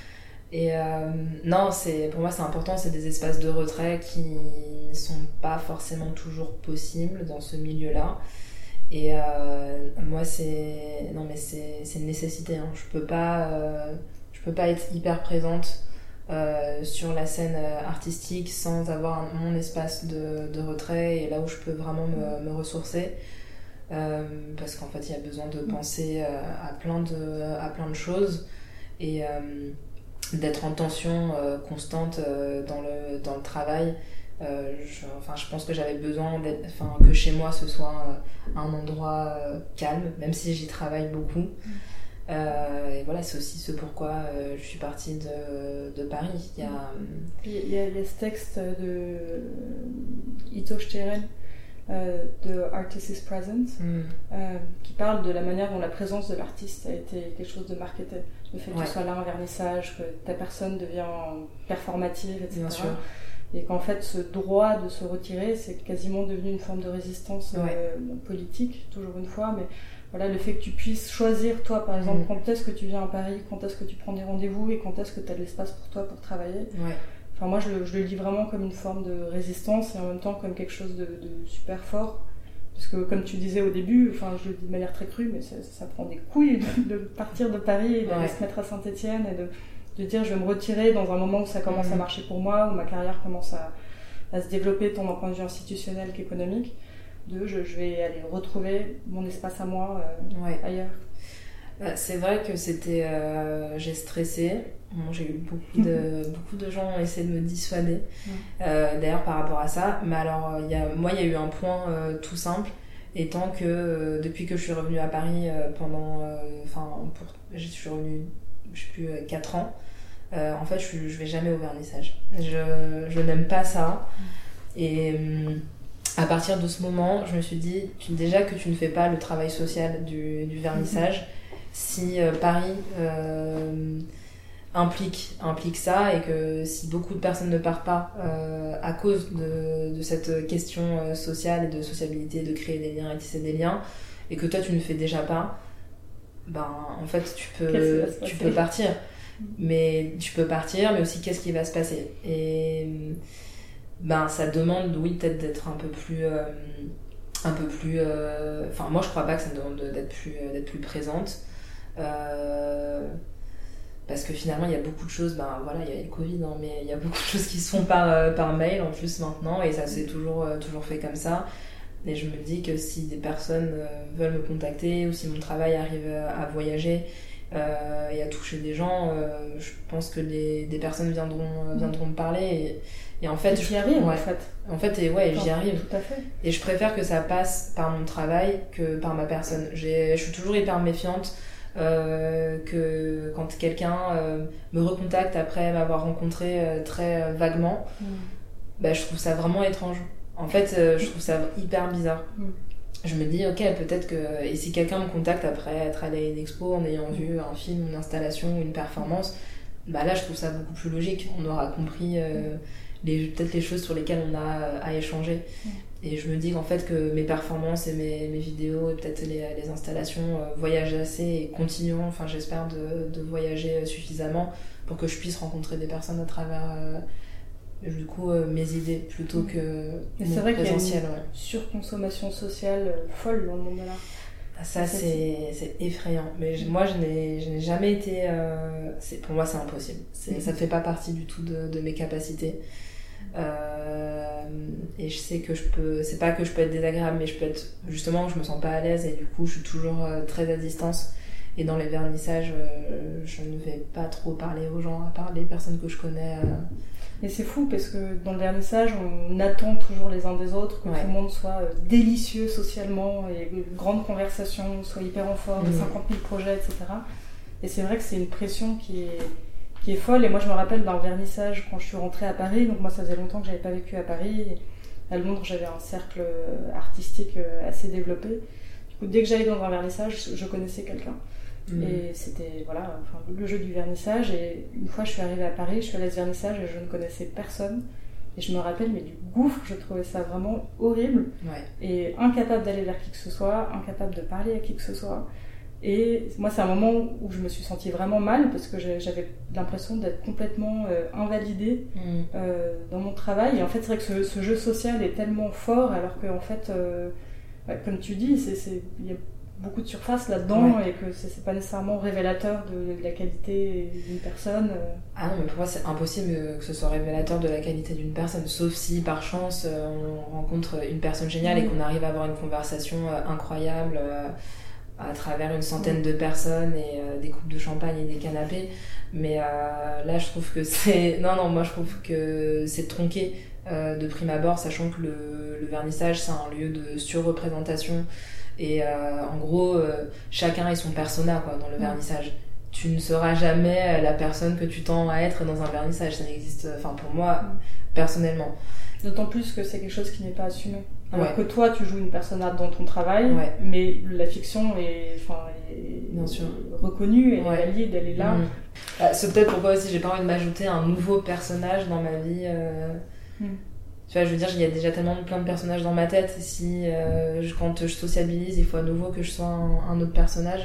Et euh, non, c'est, pour moi c'est important, c'est des espaces de retrait qui ne sont pas forcément toujours possibles dans ce milieu-là. Et euh, moi c'est, non mais c'est, c'est une nécessité, hein. Je peux pas, euh, je peux pas être hyper présente euh, sur la scène artistique sans avoir un, mon espace de, de retrait et là où je peux vraiment me, me ressourcer. Euh, parce qu'en fait il y a besoin de penser à plein de, à plein de choses et euh, d'être en tension euh, constante euh, dans, le, dans le travail. Euh, je, enfin, je pense que j'avais besoin d'être, enfin, que chez moi ce soit euh, un endroit euh, calme, même si j'y travaille beaucoup. Euh, et voilà, c'est aussi ce pourquoi euh, je suis partie de, de Paris. Il y, a, il, y a, il y a ce texte de Ito Steren, euh, de Artist is Present, mm. euh, qui parle de la manière dont la présence de l'artiste a été quelque chose de marketé. Le fait que ouais. tu sois là en vernissage, que ta personne devient performative, et cetera. Bien sûr. Et qu'en fait, ce droit de se retirer, c'est quasiment devenu une forme de résistance ouais. euh, politique, toujours une fois. Mais voilà, le fait que tu puisses choisir, toi, par exemple, mmh. quand est-ce que tu viens à Paris, quand est-ce que tu prends des rendez-vous et quand est-ce que tu as de l'espace pour toi pour travailler. Ouais. Enfin, moi, je le, je le lis vraiment comme une forme de résistance et en même temps comme quelque chose de, de super fort. Parce que, comme tu disais au début, enfin, je le dis de manière très crue, mais ça, ça prend des couilles de, de partir de Paris et d'aller ouais. se mettre à Saint-Étienne et de, de dire je vais me retirer dans un moment où ça commence mmh. à marcher pour moi, où ma carrière commence à, à se développer tant d'un point de vue institutionnel qu'économique. De je, je vais aller retrouver mon espace à moi euh, ouais. ailleurs. Euh, c'est vrai que c'était. Euh, j'ai stressé. Bon, j'ai eu beaucoup de, beaucoup de gens ont essayé de me dissuader, mmh. euh, d'ailleurs par rapport à ça. Mais alors, y a, moi, il y a eu un point euh, tout simple, étant que euh, depuis que je suis revenue à Paris euh, pendant. Enfin, euh, je suis revenue, je sais plus, euh, quatre ans. Euh, en fait, je, je vais jamais au vernissage. Je, je n'aime pas ça. Mmh. Et. Hum, à partir de ce moment, je me suis dit, tu, déjà que tu ne fais pas le travail social du, du vernissage, mmh. si euh, Paris euh, implique, implique ça et que si beaucoup de personnes ne partent pas euh, à cause de, de cette question euh, sociale et de sociabilité, de créer des liens et tisser des liens, et que toi tu ne fais déjà pas, ben en fait tu peux, tu peux partir. Mmh. Mais tu peux partir, mais aussi qu'est-ce qui va se passer. Et ben ça demande oui peut-être d'être un peu plus euh, un peu plus euh... enfin moi je crois pas que ça me demande d'être plus euh, d'être plus présente euh... parce que finalement il y a beaucoup de choses, ben voilà il y a le Covid hein, mais il y a beaucoup de choses qui se font par euh, par mail en plus maintenant et ça s'est toujours euh, toujours fait comme ça Et je me dis que si des personnes euh, veulent me contacter ou si mon travail arrive à, à voyager euh, et à toucher des gens, euh, je pense que les, des personnes viendront, viendront me parler. Et, et en fait, j'y arrive ouais, en fait. En fait, et ouais, j'y arrive. Tout à fait. Et je préfère que ça passe par mon travail que par ma personne. J'ai, je suis toujours hyper méfiante euh, que quand quelqu'un euh, me recontacte après m'avoir rencontré euh, très euh, vaguement, mm. bah, je trouve ça vraiment étrange. En fait, euh, je trouve ça hyper bizarre. Mm. Je me dis, ok, peut-être que... Et si quelqu'un me contacte après être allé à une expo en ayant vu un film, une installation ou une performance, bah là, je trouve ça beaucoup plus logique. On aura compris euh, les, peut-être les choses sur lesquelles on a à échanger. Mm. Et je me dis qu'en fait, que mes performances et mes, mes vidéos et peut-être les, les installations euh, voyagent assez et continueront, enfin j'espère, de, de voyager suffisamment pour que je puisse rencontrer des personnes à travers... Euh, du coup euh, mes idées plutôt que mais c'est vrai qu'il y a une ouais. surconsommation sociale folle dans le monde de l'art. Ça c'est, c'est effrayant, mais je, moi je n'ai, je n'ai jamais été euh, c'est, pour moi c'est impossible, c'est, mm-hmm. ça ne fait pas partie du tout de, de mes capacités euh, et je sais que je peux, c'est pas que je peux être désagréable, mais je peux être justement, je me sens pas à l'aise et du coup je suis toujours euh, très à distance. Et dans les vernissages, euh, je ne vais pas trop parler aux gens, à part les personnes que je connais. Euh... Et c'est fou parce que dans le vernissage, on attend toujours les uns des autres, que ouais. tout le monde soit délicieux socialement, et une grande conversation, soit hyper en forme, mmh. cinquante mille projets, et cetera. Et c'est vrai que c'est une pression qui est, qui est folle. Et moi, je me rappelle d'un vernissage quand je suis rentrée à Paris. Donc moi, ça faisait longtemps que je n'avais pas vécu à Paris. Et à Londres, j'avais un cercle artistique assez développé. Du coup, dès que j'allais dans un vernissage, je connaissais quelqu'un. Mmh. Et c'était voilà, enfin, le jeu du vernissage. Et une fois je suis arrivée à Paris, je suis allée à ce vernissage et je ne connaissais personne. Et je me rappelle mais du gouffre, je trouvais ça vraiment horrible. Ouais. Et incapable d'aller vers qui que ce soit, incapable de parler à qui que ce soit. Et moi c'est un moment où je me suis sentie vraiment mal parce que j'avais l'impression d'être complètement euh, invalidée mmh. euh, dans mon travail. Et en fait c'est vrai que ce, ce jeu social est tellement fort alors que en fait, euh, bah, comme tu dis, c'est, c'est, y a beaucoup de surface là-dedans ouais. et que c'est, c'est pas nécessairement révélateur de, de la qualité d'une personne. Ah non, mais pour moi c'est impossible que ce soit révélateur de la qualité d'une personne, sauf si par chance on rencontre une personne géniale mmh. et qu'on arrive à avoir une conversation incroyable euh, à travers une centaine mmh. de personnes et euh, des coupes de champagne et des canapés. Mais euh, là je trouve que c'est... Non, non, moi je trouve que c'est tronqué euh, de prime abord, sachant que le, le vernissage c'est un lieu de surreprésentation. Et euh, en gros, euh, chacun est son persona quoi, dans le vernissage. Tu ne seras jamais la personne que tu tends à être dans un vernissage. Ça n'existe, enfin pour moi, personnellement. D'autant plus que c'est quelque chose qui n'est pas assumé. Alors ouais. que toi, tu joues une persona dans ton travail, ouais. mais la fiction est, enfin, est Bien sûr. reconnue, elle ouais. est valide, elle est là. Mmh. Bah, c'est peut-être pourquoi aussi j'ai pas envie de m'ajouter un nouveau personnage dans ma vie. Euh... Mmh. Tu vois, je veux dire, il y a déjà tellement plein de personnages dans ma tête. Si euh, je, quand je sociabilise, il faut à nouveau que je sois un, un autre personnage.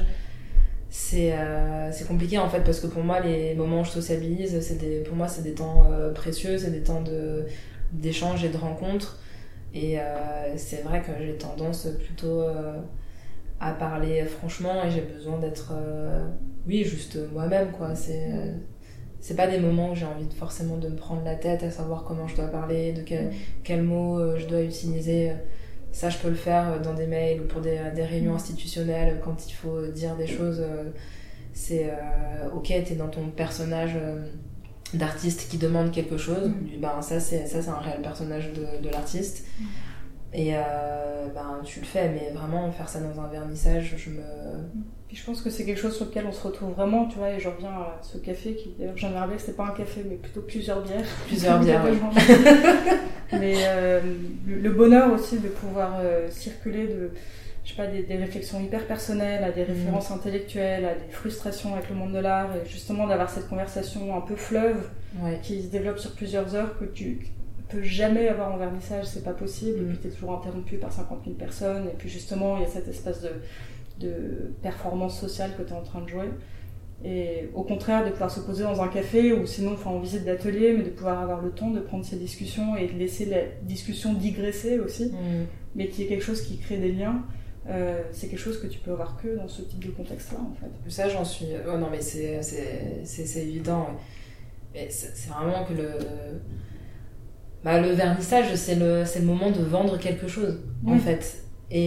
C'est, euh, c'est compliqué en fait, parce que pour moi, les moments où je sociabilise, c'est des, pour moi, c'est des temps euh, précieux, c'est des temps de, d'échange et de rencontre. Et euh, c'est vrai que j'ai tendance plutôt euh, à parler franchement et j'ai besoin d'être, euh, oui, juste moi-même, quoi. C'est. Euh, C'est pas des moments où j'ai envie de, forcément de me prendre la tête à savoir comment je dois parler, de quel, quel mot euh, je dois utiliser. Ça, je peux le faire dans des mails ou pour des, des réunions institutionnelles quand il faut dire des choses. Euh, c'est euh, ok, t'es dans ton personnage euh, d'artiste qui demande quelque chose. Mm. Ben, ça, c'est, ça, c'est un réel personnage de, de l'artiste. Mm. Et euh, ben, tu le fais, mais vraiment faire ça dans un vernissage, je me... Puis je pense que c'est quelque chose sur lequel on se retrouve vraiment, tu vois, et je reviens à ce café qui, d'ailleurs, j'en ai rappelé que c'était pas un café, mais plutôt plusieurs bières. Plusieurs bières, oui. Mais euh, le, le bonheur aussi de pouvoir euh, circuler de, je sais pas, des, des réflexions hyper personnelles, à des références mmh. intellectuelles, à des frustrations avec le monde de l'art, et justement d'avoir cette conversation un peu fleuve, ouais. qui se développe sur plusieurs heures, que tu peux jamais avoir en vernissage, c'est pas possible, mmh. et puis t'es toujours interrompu par cinquante mille personnes, et puis justement, il y a cette espèce de de performance sociale que tu es en train de jouer, et au contraire de pouvoir se poser dans un café ou sinon enfin, en visite d'atelier, mais de pouvoir avoir le temps de prendre ces discussions et de laisser la discussion digresser aussi, mmh. mais qui est quelque chose qui crée des liens. Euh, c'est quelque chose que tu peux avoir que dans ce type de contexte-là en fait. Ça j'en suis... Oh non mais c'est, c'est, c'est, c'est évident, ouais. Mais c'est, c'est vraiment que le... Bah, le vernissage, c'est le, c'est le moment de vendre quelque chose, oui. en fait.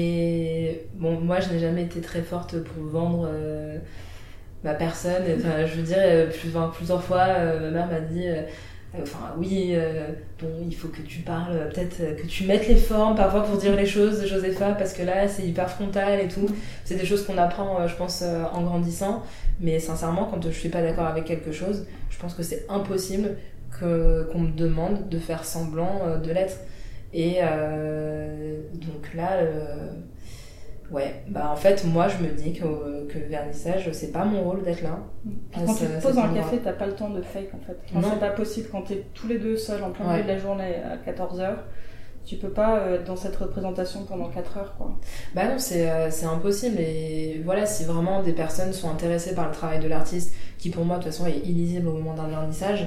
Et bon, moi, je n'ai jamais été très forte pour vendre euh, ma personne. Enfin, je veux dire, plus, enfin, plusieurs fois, euh, ma mère m'a dit... Euh, Enfin, oui, euh, bon, il faut que tu parles, peut-être que tu mettes les formes parfois pour dire les choses, Josépha, parce que là, c'est hyper frontal et tout. C'est des choses qu'on apprend, je pense, en grandissant. Mais sincèrement, quand je suis pas d'accord avec quelque chose, je pense que c'est impossible que, qu'on me demande de faire semblant de l'être. Et euh, donc là, euh, ouais, bah en fait, moi, je me dis que, que le vernissage, c'est pas mon rôle d'être là. Quand ah, tu te poses dans le café, t'as pas le temps de fake, en fait. Enfin, non. C'est pas possible quand t'es tous les deux seuls en plein milieu ouais. de la journée à quatorze heures. Tu peux pas être dans cette représentation pendant quatre heures, quoi. Bah non, c'est, euh, c'est impossible. Et voilà, si vraiment des personnes sont intéressées par le travail de l'artiste, qui pour moi, de toute façon, est illisible au moment d'un vernissage,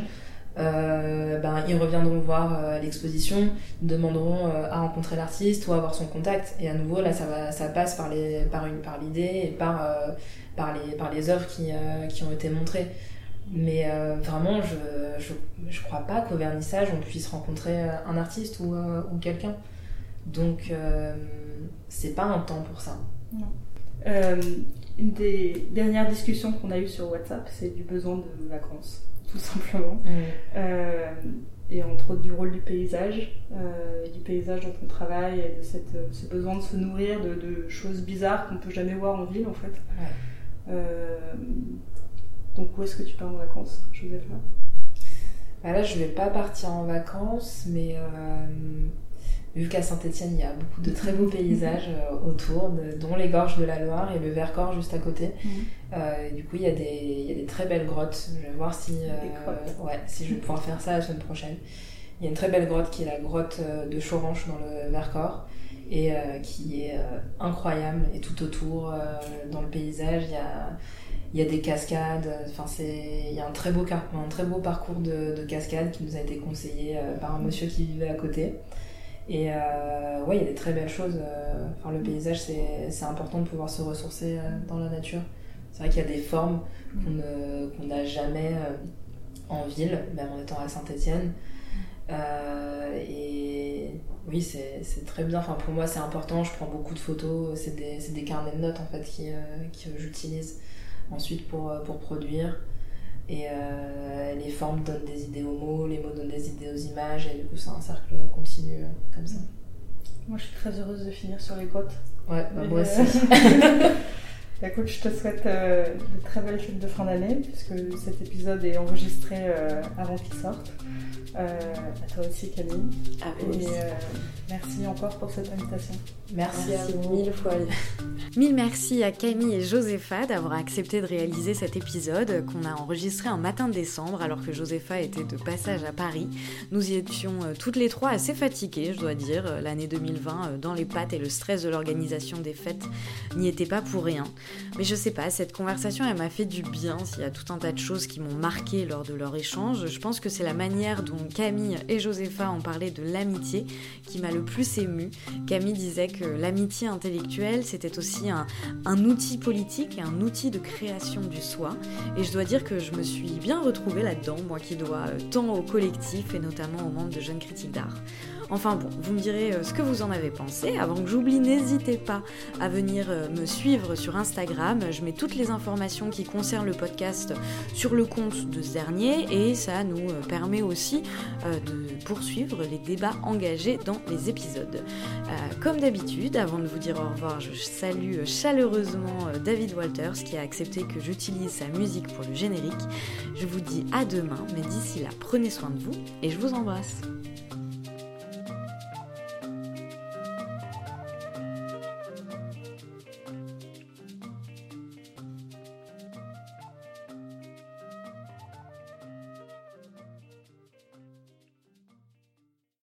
Euh, ben, ils reviendront voir euh, l'exposition, ils demanderont euh, à rencontrer l'artiste ou à avoir son contact, et à nouveau là ça, va, ça passe par, les, par, une, par l'idée et par, euh, par, les, par les œuvres qui, euh, qui ont été montrées. Mais euh, vraiment je, je, je crois pas qu'au vernissage on puisse rencontrer un artiste ou, euh, ou quelqu'un, donc euh, c'est pas un temps pour ça. Non. Euh, une des dernières discussions qu'on a eues sur WhatsApp, c'est du besoin de vacances, tout simplement. Mmh. Euh, et entre autres du rôle du paysage, euh, du paysage dont on travaille, et de cette, ce besoin de se nourrir de, de choses bizarres qu'on peut jamais voir en ville, en fait. Ouais. Euh, donc où est-ce que tu pars en vacances, Josépha ? Bah là, je vais pas partir en vacances, mais euh, vu qu'à Saint-Étienne, il y a beaucoup de très beaux paysages euh, autour, de, dont les gorges de la Loire et le Vercors juste à côté. Mmh. Euh, et du coup, il y a des, il y a des très belles grottes. Je vais voir si, euh, ouais, si je vais pouvoir faire ça la semaine prochaine. Il y a une très belle grotte qui est la grotte de Choranche dans le Vercors, et euh, qui est euh, incroyable. Et tout autour, euh, dans le paysage, il y a, il y a des cascades. Enfin, c'est, il y a un très beau, un très beau parcours de, de cascades qui nous a été conseillé euh, par un monsieur qui vivait à côté. Et euh, ouais, il y a des très belles choses. Enfin, le paysage, c'est, c'est important de pouvoir se ressourcer euh, dans la nature. C'est vrai qu'il y a des formes qu'on, ne, qu'on n'a jamais euh, en ville, même en étant à Saint-Étienne. Euh, et oui, c'est, c'est très bien. Enfin, pour moi, c'est important. Je prends beaucoup de photos. C'est des, c'est des carnets de notes en fait, qui, euh, que j'utilise ensuite pour, pour produire. Et euh, les formes donnent des idées aux mots, les mots donnent des idées aux images, et du coup, c'est un cercle continu euh, comme ça. Moi, je suis très heureuse de finir sur les grottes. Ouais, bah, moi aussi. Écoute, je te souhaite euh, de très belles fêtes de fin d'année, puisque cet épisode est enregistré euh, avant qu'il sorte. Euh, à toi aussi, Camille. À vous aussi. Et euh, merci encore pour cette invitation. Merci, merci à vous. Mille fois. Mille merci à Camille et Josépha d'avoir accepté de réaliser cet épisode qu'on a enregistré un matin de décembre alors que Josépha était de passage à Paris. Nous y étions toutes les trois assez fatiguées, je dois dire. L'année deux mille vingt, dans les pattes, et le stress de l'organisation des fêtes n'y était pas pour rien. Mais je sais pas, cette conversation, elle m'a fait du bien. S'il y a tout un tas de choses qui m'ont marqué lors de leur échange, je pense que c'est la manière dont Camille et Josépha ont parlé de l'amitié qui m'a le plus émue. Camille disait que l'amitié intellectuelle, c'était aussi un, un outil politique et un outil de création du soi. Et je dois dire que je me suis bien retrouvée là-dedans, moi qui dois tant au collectif et notamment aux membres de Jeunes Critiques d'Art. Enfin bon, vous me direz ce que vous en avez pensé. Avant que j'oublie, n'hésitez pas à venir me suivre sur Instagram. Je mets toutes les informations qui concernent le podcast sur le compte de ce dernier, et ça nous permet aussi de poursuivre les débats engagés dans les épisodes. Comme d'habitude, avant de vous dire au revoir, je salue chaleureusement David Walters qui a accepté que j'utilise sa musique pour le générique. Je vous dis à demain, mais d'ici là, prenez soin de vous et je vous embrasse.